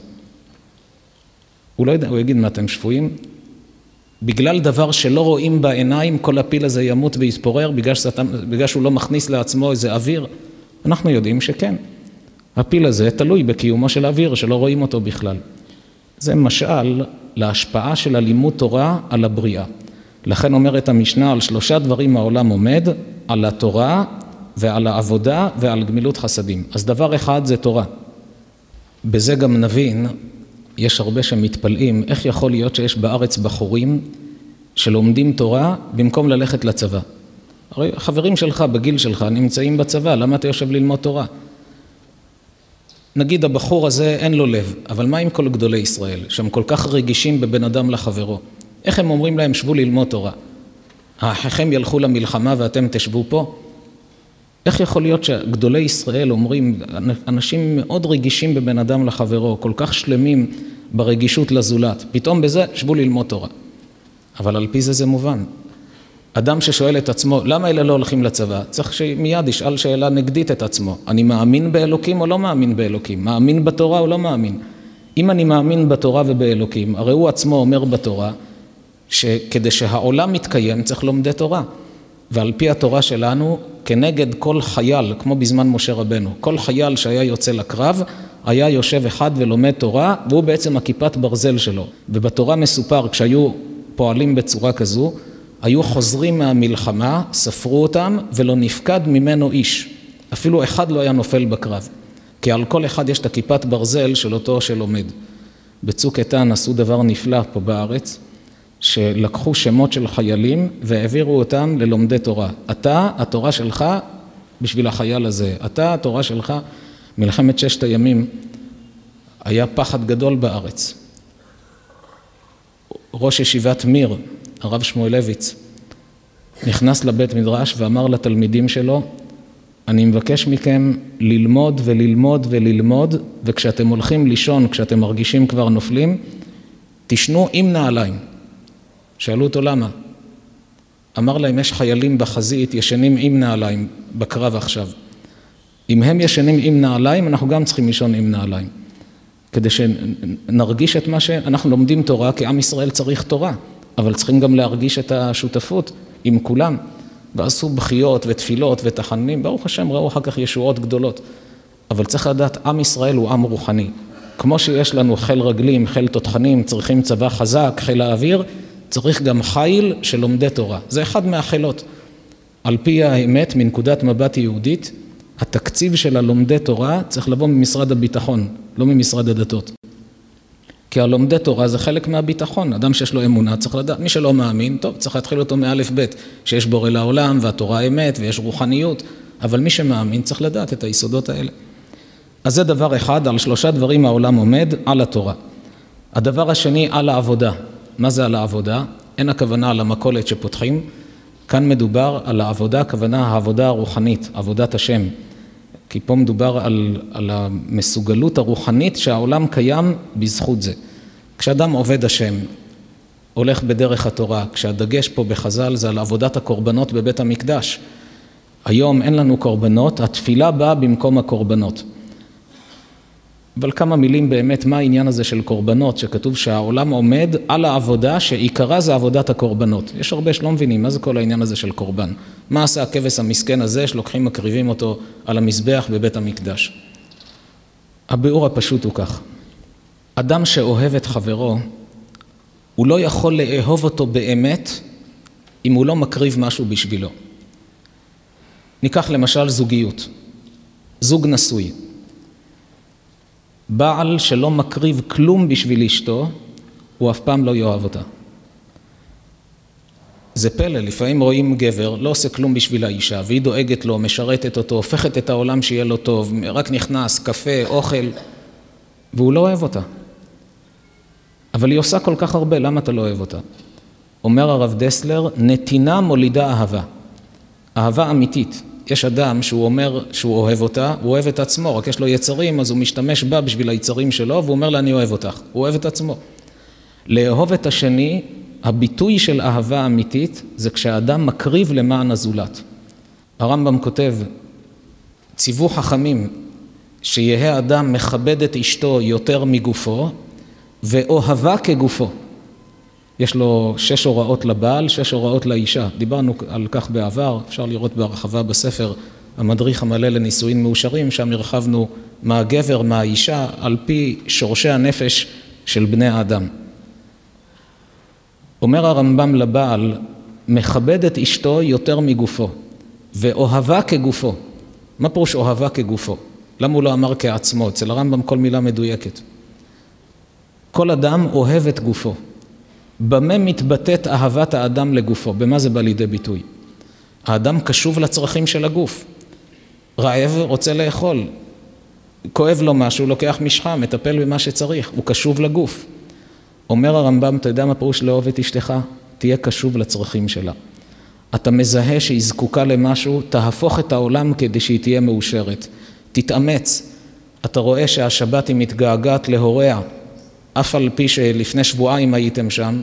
הוא לא יודע, הוא יגיד מה אתם שפויים? בגלל דבר שלא רואים בעיניים, כל הפיל הזה ימות ויתפורר, בגלל שהוא לא מכניס לעצמו איזה אוויר. אנחנו יודעים שכן. הפיל הזה תלוי בקיומו של האוויר, שלא רואים אותו בכלל. זה משל להשפעה של הלימוד תורה על הבריאה. לכן אומרת המשנה, על 3 דברים העולם עומד, על התורה, ועל העבודה ועל גמילות חסדים. אז דבר אחד זה תורה. בזה גם נבין, יש הרבה שמתפלאים, איך יכול להיות שיש בארץ בחורים שלומדים תורה במקום ללכת לצבא. הרי חברים שלך בגיל שלך נמצאים בצבא, למה אתה יושב ללמוד תורה? נגיד הבחור הזה אין לו לב, אבל מה עם כל גדולי ישראל, שהם כל כך רגישים בבן אדם לחברו? איך הם אומרים להם שבו ללמוד תורה? האחיכם ילכו למלחמה ואתם תשבו פה? איך יכול להיות שגדולי ישראל אומרים, אנשים מאוד רגישים בבן אדם לחברו, כל כך שלמים ברגישות לזולת, פתאום בזה שבו ללמוד תורה. אבל על פי זה מובן. אדם ששואל את עצמו, למה אלה לא הולכים לצבא? צריך שמיד ישאל שאלה נגדית את עצמו. אני מאמין באלוקים או לא מאמין באלוקים? מאמין בתורה או לא מאמין? אם אני מאמין בתורה ובאלוקים, הרי הוא עצמו אומר בתורה, שכדי שהעולם מתקיים צריך לומדי תורה. ועל פי התורה שלנו, כנגד כל חייל, כמו בזמן משה רבנו, כל חייל שהיה יוצא לקרב, היה יושב אחד ולומד תורה, והוא בעצם הכיפת ברזל שלו. ובתורה מסופר, כשהיו פועלים בצורה כזו, היו חוזרים מהמלחמה, ספרו אותם, ולא נפקד ממנו איש. אפילו אחד לא היה נופל בקרב. כי על כל אחד יש את הכיפת ברזל של אותו שלומד. בצוק איתן עשו דבר נפלא פה בארץ, שלקחו שמות של חיילים והעבירו אותם ללומדי תורה. אתה, התורה שלך בשביל החייל הזה. אתה, התורה שלך, מלחמת ששת הימים, היה פחד גדול בארץ. ראש ישיבת מיר, הרב שמואלביץ, נכנס לבית מדרש ואמר לתלמידים שלו, אני מבקש מכם ללמוד וללמוד וללמוד, וכשאתם הולכים לישון, כשאתם מרגישים כבר נופלים, תשנו עם נעליים. שאלו אותו למה? אמר להם, יש חיילים בחזית ישנים עם נעליים בקרב עכשיו. אם הם ישנים עם נעליים, אנחנו גם צריכים לישון עם נעליים. כדי שנרגיש את מה שאנחנו לומדים תורה, כי עם ישראל צריך תורה, אבל צריכים גם להרגיש את השותפות עם כולם. ועשו בחיות ותפילות ותחנונים, ברוך השם ראו אחר כך ישועות גדולות. אבל צריך לדעת, עם ישראל הוא עם רוחני. כמו שיש לנו חיל רגלים, חיל תותחנים, צריכים צבא חזק, חיל האוויר, צריך גם חיל של לומדי תורה. זה אחד מהחילות. על פי האמת, מנקודת מבט יהודית, התקציב של הלומדי תורה צריך לבוא ממשרד הביטחון, לא ממשרד הדתות. כי הלומדי תורה זה חלק מהביטחון. אדם שיש לו אמונה צריך לדעת. מי שלא מאמין, טוב, צריך להתחיל אותו מאלף בית, שיש בורא לעולם והתורה אמת ויש רוחניות, אבל מי שמאמין צריך לדעת את היסודות האלה. אז זה דבר אחד, על 3 דברים העולם עומד, על התורה. הדבר השני, על העבודה. מה זה על העבודה? אין הכוונה על המכולת שפותחים. כאן מדובר על העבודה, הכוונה העבודה הרוחנית, עבודת השם. כי פה מדובר על המסוגלות הרוחנית שהעולם קיים בזכות זה. כשאדם עובד השם, הולך בדרך התורה, כשהדגש פה בחז"ל זה על עבודת הקורבנות בבית המקדש. היום אין לנו קורבנות, התפילה באה במקום הקורבנות. אבל כמה מילים באמת, מה העניין הזה של קורבנות, שכתוב שהעולם עומד על העבודה שעיקרה זה עבודת הקורבנות. יש הרבה שלא מבינים, מה זה כל העניין הזה של קורבן? מה עשה הכבש המסכן הזה שלוקחים מקריבים אותו על המזבח בבית המקדש? הביאור הפשוט הוא כך. אדם שאוהב את חברו, הוא לא יכול לאהוב אותו באמת אם הוא לא מקריב משהו בשבילו. ניקח למשל זוגיות. זוג נשוי. בעל שלא מקריב כלום בשביל אשתו, הוא אף פעם לא יאהב אותה. זה פלא, לפעמים רואים גבר, לא עושה כלום בשביל האישה, והיא דואגת לו, משרתת אותו, הופכת את העולם שיהיה לו טוב, רק נכנס, קפה, אוכל, והוא לא אוהב אותה. אבל היא עושה כל כך הרבה, למה אתה לא אוהב אותה? אומר הרב דסלר, נתינה מולידה אהבה. אהבה אמיתית. יש אדם שהוא אומר שהוא אוהב אותה, הוא אוהב את עצמו, רק יש לו יצרים, אז הוא משתמש בה בשביל היצרים שלו, והוא אומר לה אני אוהב אותך. הוא אוהב את עצמו. לאהוב את השני, הביטוי של אהבה אמיתית, זה כשהאדם מקריב למען הזולת. הרמב"ם כותב, ציוו חכמים, שיהיה אדם מכבד את אשתו יותר מגופו, ואוהבה כגופו. יש לו 6 הוראות לבעל, 6 הוראות לאישה. דיברנו על כך בעבר, אפשר לראות בהרחבה בספר המדריך המלא לנישואין מאושרים, שם הרחבנו מה הגבר, מה האישה, על פי שורשי הנפש של בני האדם. אומר הרמב"ם לבעל, מכבד את אשתו יותר מגופו. ואוהבה כגופו. מה פירוש אוהבה כגופו? למה הוא לא אמר כעצמו? אצל הרמב"ם כל מילה מדויקת. כל אדם אוהב את גופו. במה מתבטאת אהבת האדם לגופו? במה זה בא לידי ביטוי? האדם קשוב לצרכים של הגוף. רעב רוצה לאכול. כואב לו משהו, לוקח משחה, מטפל במה שצריך. הוא קשוב לגוף. אומר הרמב"ם, אתה יודע מה פירוש לאהוב את אשתך? תהיה קשוב לצרכים שלה. אתה מזהה שהיא זקוקה למשהו, תהפוך את העולם כדי שהיא תהיה מאושרת. תתאמץ. אתה רואה שהשבת היא מתגעגעת להוריה, אף על פי שלפני שבועיים הייתם שם,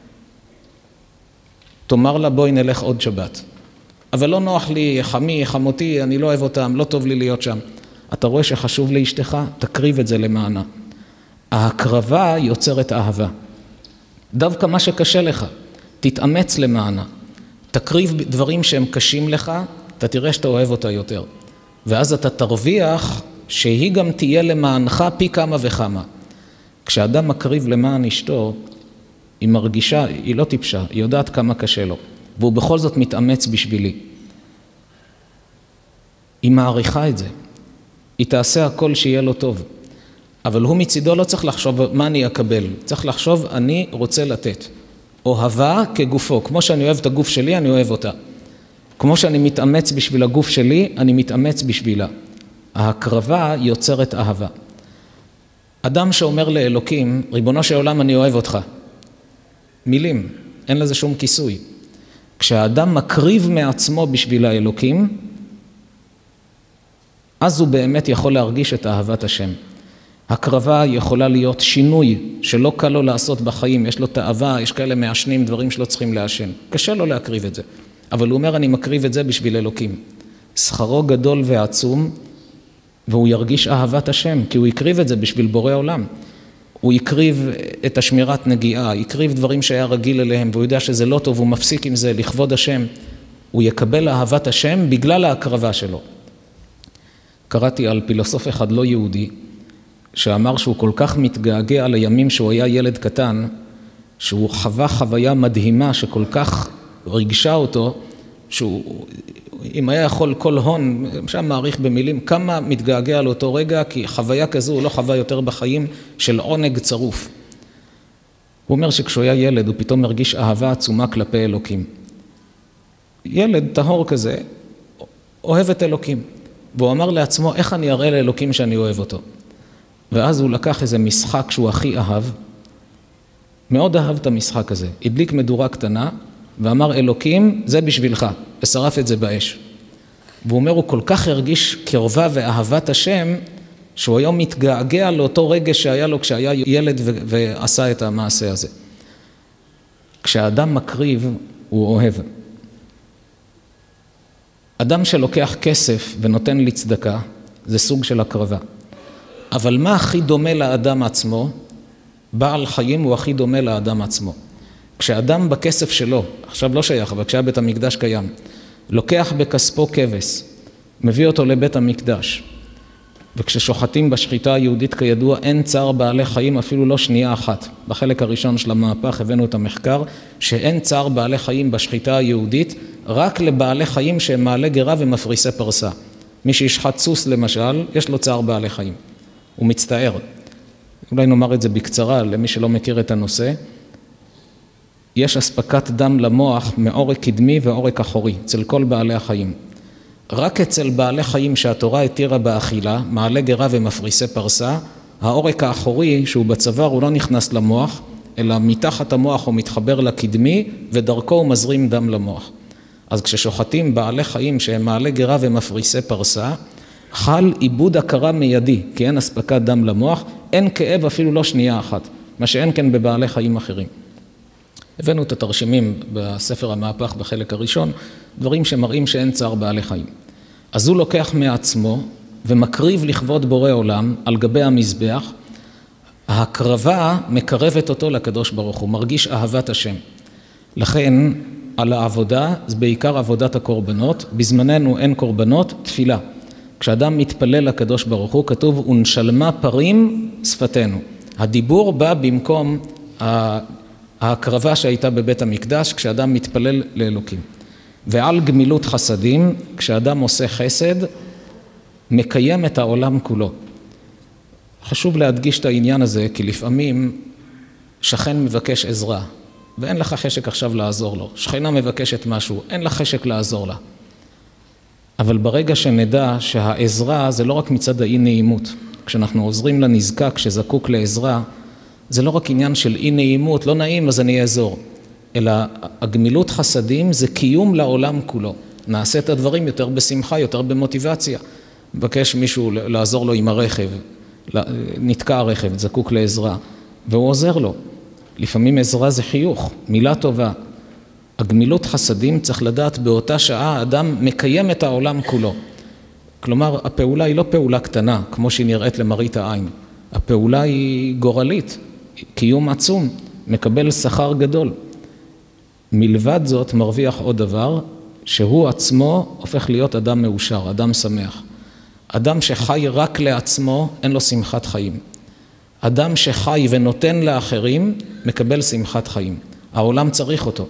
תאמר לה בואי נלך עוד שבת. אבל לא נוח לי, חמי, חמותי, אני לא אוהב אותם, לא טוב לי להיות שם. אתה רואה שחשוב לאשתך, תקריב את זה למענה. ההקרבה יוצרת אהבה. דווקא מה שקשה לך, תתאמץ למענה. תקריב דברים שהם קשים לך, אתה תראה שאתה אוהב אותה יותר. ואז אתה תרוויח שהיא גם תהיה למענך פי כמה וכמה. כשאדם מקריב למען אשתו, היא מרגישה, היא לא טיפשה, היא יודעת כמה קשה לו. והוא בכל זאת מתאמץ בשבילי. היא מעריכה את זה. היא תעשה הכל שיהיה לו טוב. אבל הוא מצידו לא צריך לחשוב מה אני אקבל. צריך לחשוב אני רוצה לתת. אוהבה כגופו. כמו שאני אוהב את הגוף שלי, אני אוהב אותה. כמו שאני מתאמץ בשביל הגוף שלי, אני מתאמץ בשבילה. ההקרבה יוצרת אהבה. אדם שאומר לאלוקים, ריבונו של עולם אני אוהב אותך. מילים, אין לזה שום כיסוי. כשהאדם מקריב מעצמו בשביל האלוקים, אז הוא באמת יכול להרגיש את אהבת השם. הקרבה יכולה להיות שינוי שלא קל לו לעשות בחיים, יש לו תאווה, יש כאלה מעשנים דברים שלא צריכים לעשן. קשה לו להקריב את זה, אבל הוא אומר אני מקריב את זה בשביל אלוקים. שכרו גדול ועצום, והוא ירגיש אהבת השם, כי הוא יקריב את זה בשביל בורא עולם. הוא יקריב את השמירת נגיעה, יקריב דברים שהיה רגיל אליהם, והוא יודע שזה לא טוב, הוא מפסיק עם זה לכבוד השם. הוא יקבל אהבת השם בגלל ההקרבה שלו. קראתי על פילוסוף אחד לא יהודי, שאמר שהוא כל כך מתגעגע על הימים שהוא היה ילד קטן, שהוא חווה חוויה מדהימה שכל כך ריגשה אותו, שהוא, אם היה יכול כל הון, שם מעריך במילים, כמה מתגעגע לאותו רגע, כי חוויה כזו הוא לא חווה יותר בחיים של עונג צרוף. הוא אומר שכשהוא היה ילד, הוא פתאום הרגיש אהבה עצומה כלפי אלוקים. ילד טהור כזה, אוהב את אלוקים. והוא אמר לעצמו, איך אני אראה לאלוקים שאני אוהב אותו? ואז הוא לקח איזה משחק שהוא הכי אהב, מאוד אהב את המשחק הזה. הדליק מדורה קטנה, ואמר אלוקים, זה בשבילך, ושרף את זה באש. והוא אומר, הוא כל כך הרגיש קרבה ואהבת השם, שהוא היום מתגעגע לאותו רגע שהיה לו כשהיה ילד ועשה את המעשה הזה. כשאדם מקריב, הוא אוהב. אדם שלוקח כסף ונותן לצדקה, זה סוג של הקרבה. אבל מה הכי דומה לאדם עצמו? בעל חיים הוא הכי דומה לאדם עצמו. כשאדם בכסף שלו, עכשיו לא שייך, אבל כשהיה בית המקדש קיים, לוקח בכספו כבש, מביא אותו לבית המקדש, וכששוחטים בשחיטה היהודית כידוע, אין צער בעלי חיים אפילו לא שנייה אחת. בחלק הראשון של המהפך הבאנו את המחקר, שאין צער בעלי חיים בשחיטה היהודית, רק לבעלי חיים שהם מעלה גרה ומפריסי פרסה. מי שישחט סוס למשל, יש לו צער בעלי חיים. הוא מצטער. אולי נאמר את זה בקצרה למי שלא מכיר את הנושא. יש אספקת דם למוח מעורק קדמי ועורק אחורי, אצל כל בעלי החיים. רק אצל בעלי חיים שהתורה התירה באכילה, מעלה גרה ומפריסי פרסה, העורק האחורי שהוא בצוואר הוא לא נכנס למוח, אלא מתחת המוח הוא מתחבר לקדמי ודרכו הוא מזרים דם למוח. אז כששוחטים בעלי חיים שהם מעלה גרה ומפריסי פרסה, חל איבוד הכרה מיידי, כי אין אספקת דם למוח, אין כאב אפילו לא שנייה אחת, מה שאין כן בבעלי חיים אחרים. הבאנו את התרשימים בספר המהפך בחלק הראשון, דברים שמראים שאין צער בעלי חיים. אז הוא לוקח מעצמו ומקריב לכבוד בורא עולם על גבי המזבח, ההקרבה מקרבת אותו לקדוש ברוך הוא, מרגיש אהבת השם. לכן על העבודה, זה בעיקר עבודת הקורבנות, בזמננו אין קורבנות, תפילה. כשאדם מתפלל לקדוש ברוך הוא, כתוב ונשלמה פרים שפתנו. הדיבור בא במקום ההקרבה שהייתה בבית המקדש, כשאדם מתפלל לאלוקים. ועל גמילות חסדים, כשאדם עושה חסד, מקיים את העולם כולו. חשוב להדגיש את העניין הזה, כי לפעמים שכן מבקש עזרה, ואין לך חשק עכשיו לעזור לו. שכנה מבקשת משהו, אין לך חשק לעזור לה. אבל ברגע שנדע שהעזרה זה לא רק מצד האי נעימות. כשאנחנו עוזרים לנזקק שזקוק לעזרה, זה לא רק עניין של אי נעימות, לא נעים אז אני אעזור. אלא הגמילות חסדים זה קיום לעולם כולו. נעשה את הדברים יותר בשמחה, יותר במוטיבציה. מבקש מישהו לעזור לו עם הרכב, נתקע הרכב, זקוק לעזרה, והוא עוזר לו. לפעמים עזרה זה חיוך, מילה טובה. הגמילות חסדים צריך לדעת באותה שעה האדם מקיים את העולם כולו. כלומר, הפעולה היא לא פעולה קטנה, כמו שהיא נראית למראית העין. הפעולה היא גורלית, קיום עצום, מקבל שכר גדול. מלבד זאת מרוויח עוד דבר, שהוא עצמו הופך להיות אדם מאושר, אדם שמח. אדם שחי רק לעצמו, אין לו שמחת חיים. אדם שחי ונותן לאחרים, מקבל שמחת חיים. העולם צריך אותו.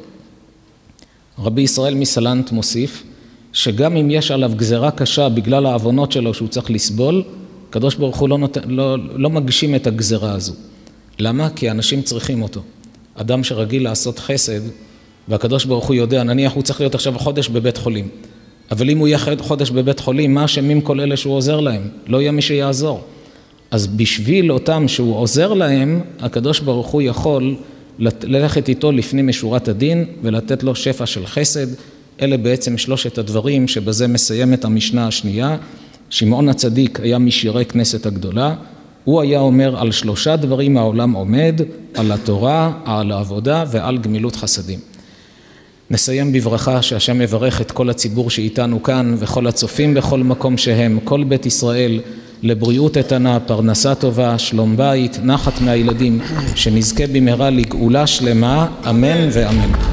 רבי ישראל מסלנט מוסיף, שגם אם יש עליו גזרה קשה בגלל העוונות שלו שהוא צריך לסבול, הקדוש ברוך הוא לא מגשים את הגזרה הזו. למה? כי אנשים צריכים אותו. אדם שרגיל לעשות חסד, והקדוש ברוך הוא יודע, נניח הוא צריך להיות עכשיו חודש בבית חולים. אבל אם הוא יהיה חודש בבית חולים, מה אשמים כל אלה שהוא עוזר להם? לא יהיה מי שיעזור. אז בשביל אותם שהוא עוזר להם, הקדוש ברוך הוא יכול ללכת איתו לפנים משורת הדין, ולתת לו שפע של חסד. אלה בעצם שלושת הדברים שבזה מסיים את המשנה השנייה. שמעון הצדיק היה משירי כנסת הגדולה. הוא היה אומר על 3 דברים העולם עומד, על התורה, על העבודה ועל גמילות חסדים. נסיים בברכה שהשם יברך את כל הציבור שאיתנו כאן וכל הצופים בכל מקום שהם, כל בית ישראל, לבריאות איתנה, פרנסה טובה, שלום בית, נחת מהילדים, שנזכה במהרה לגאולה שלמה, אמן ואמן.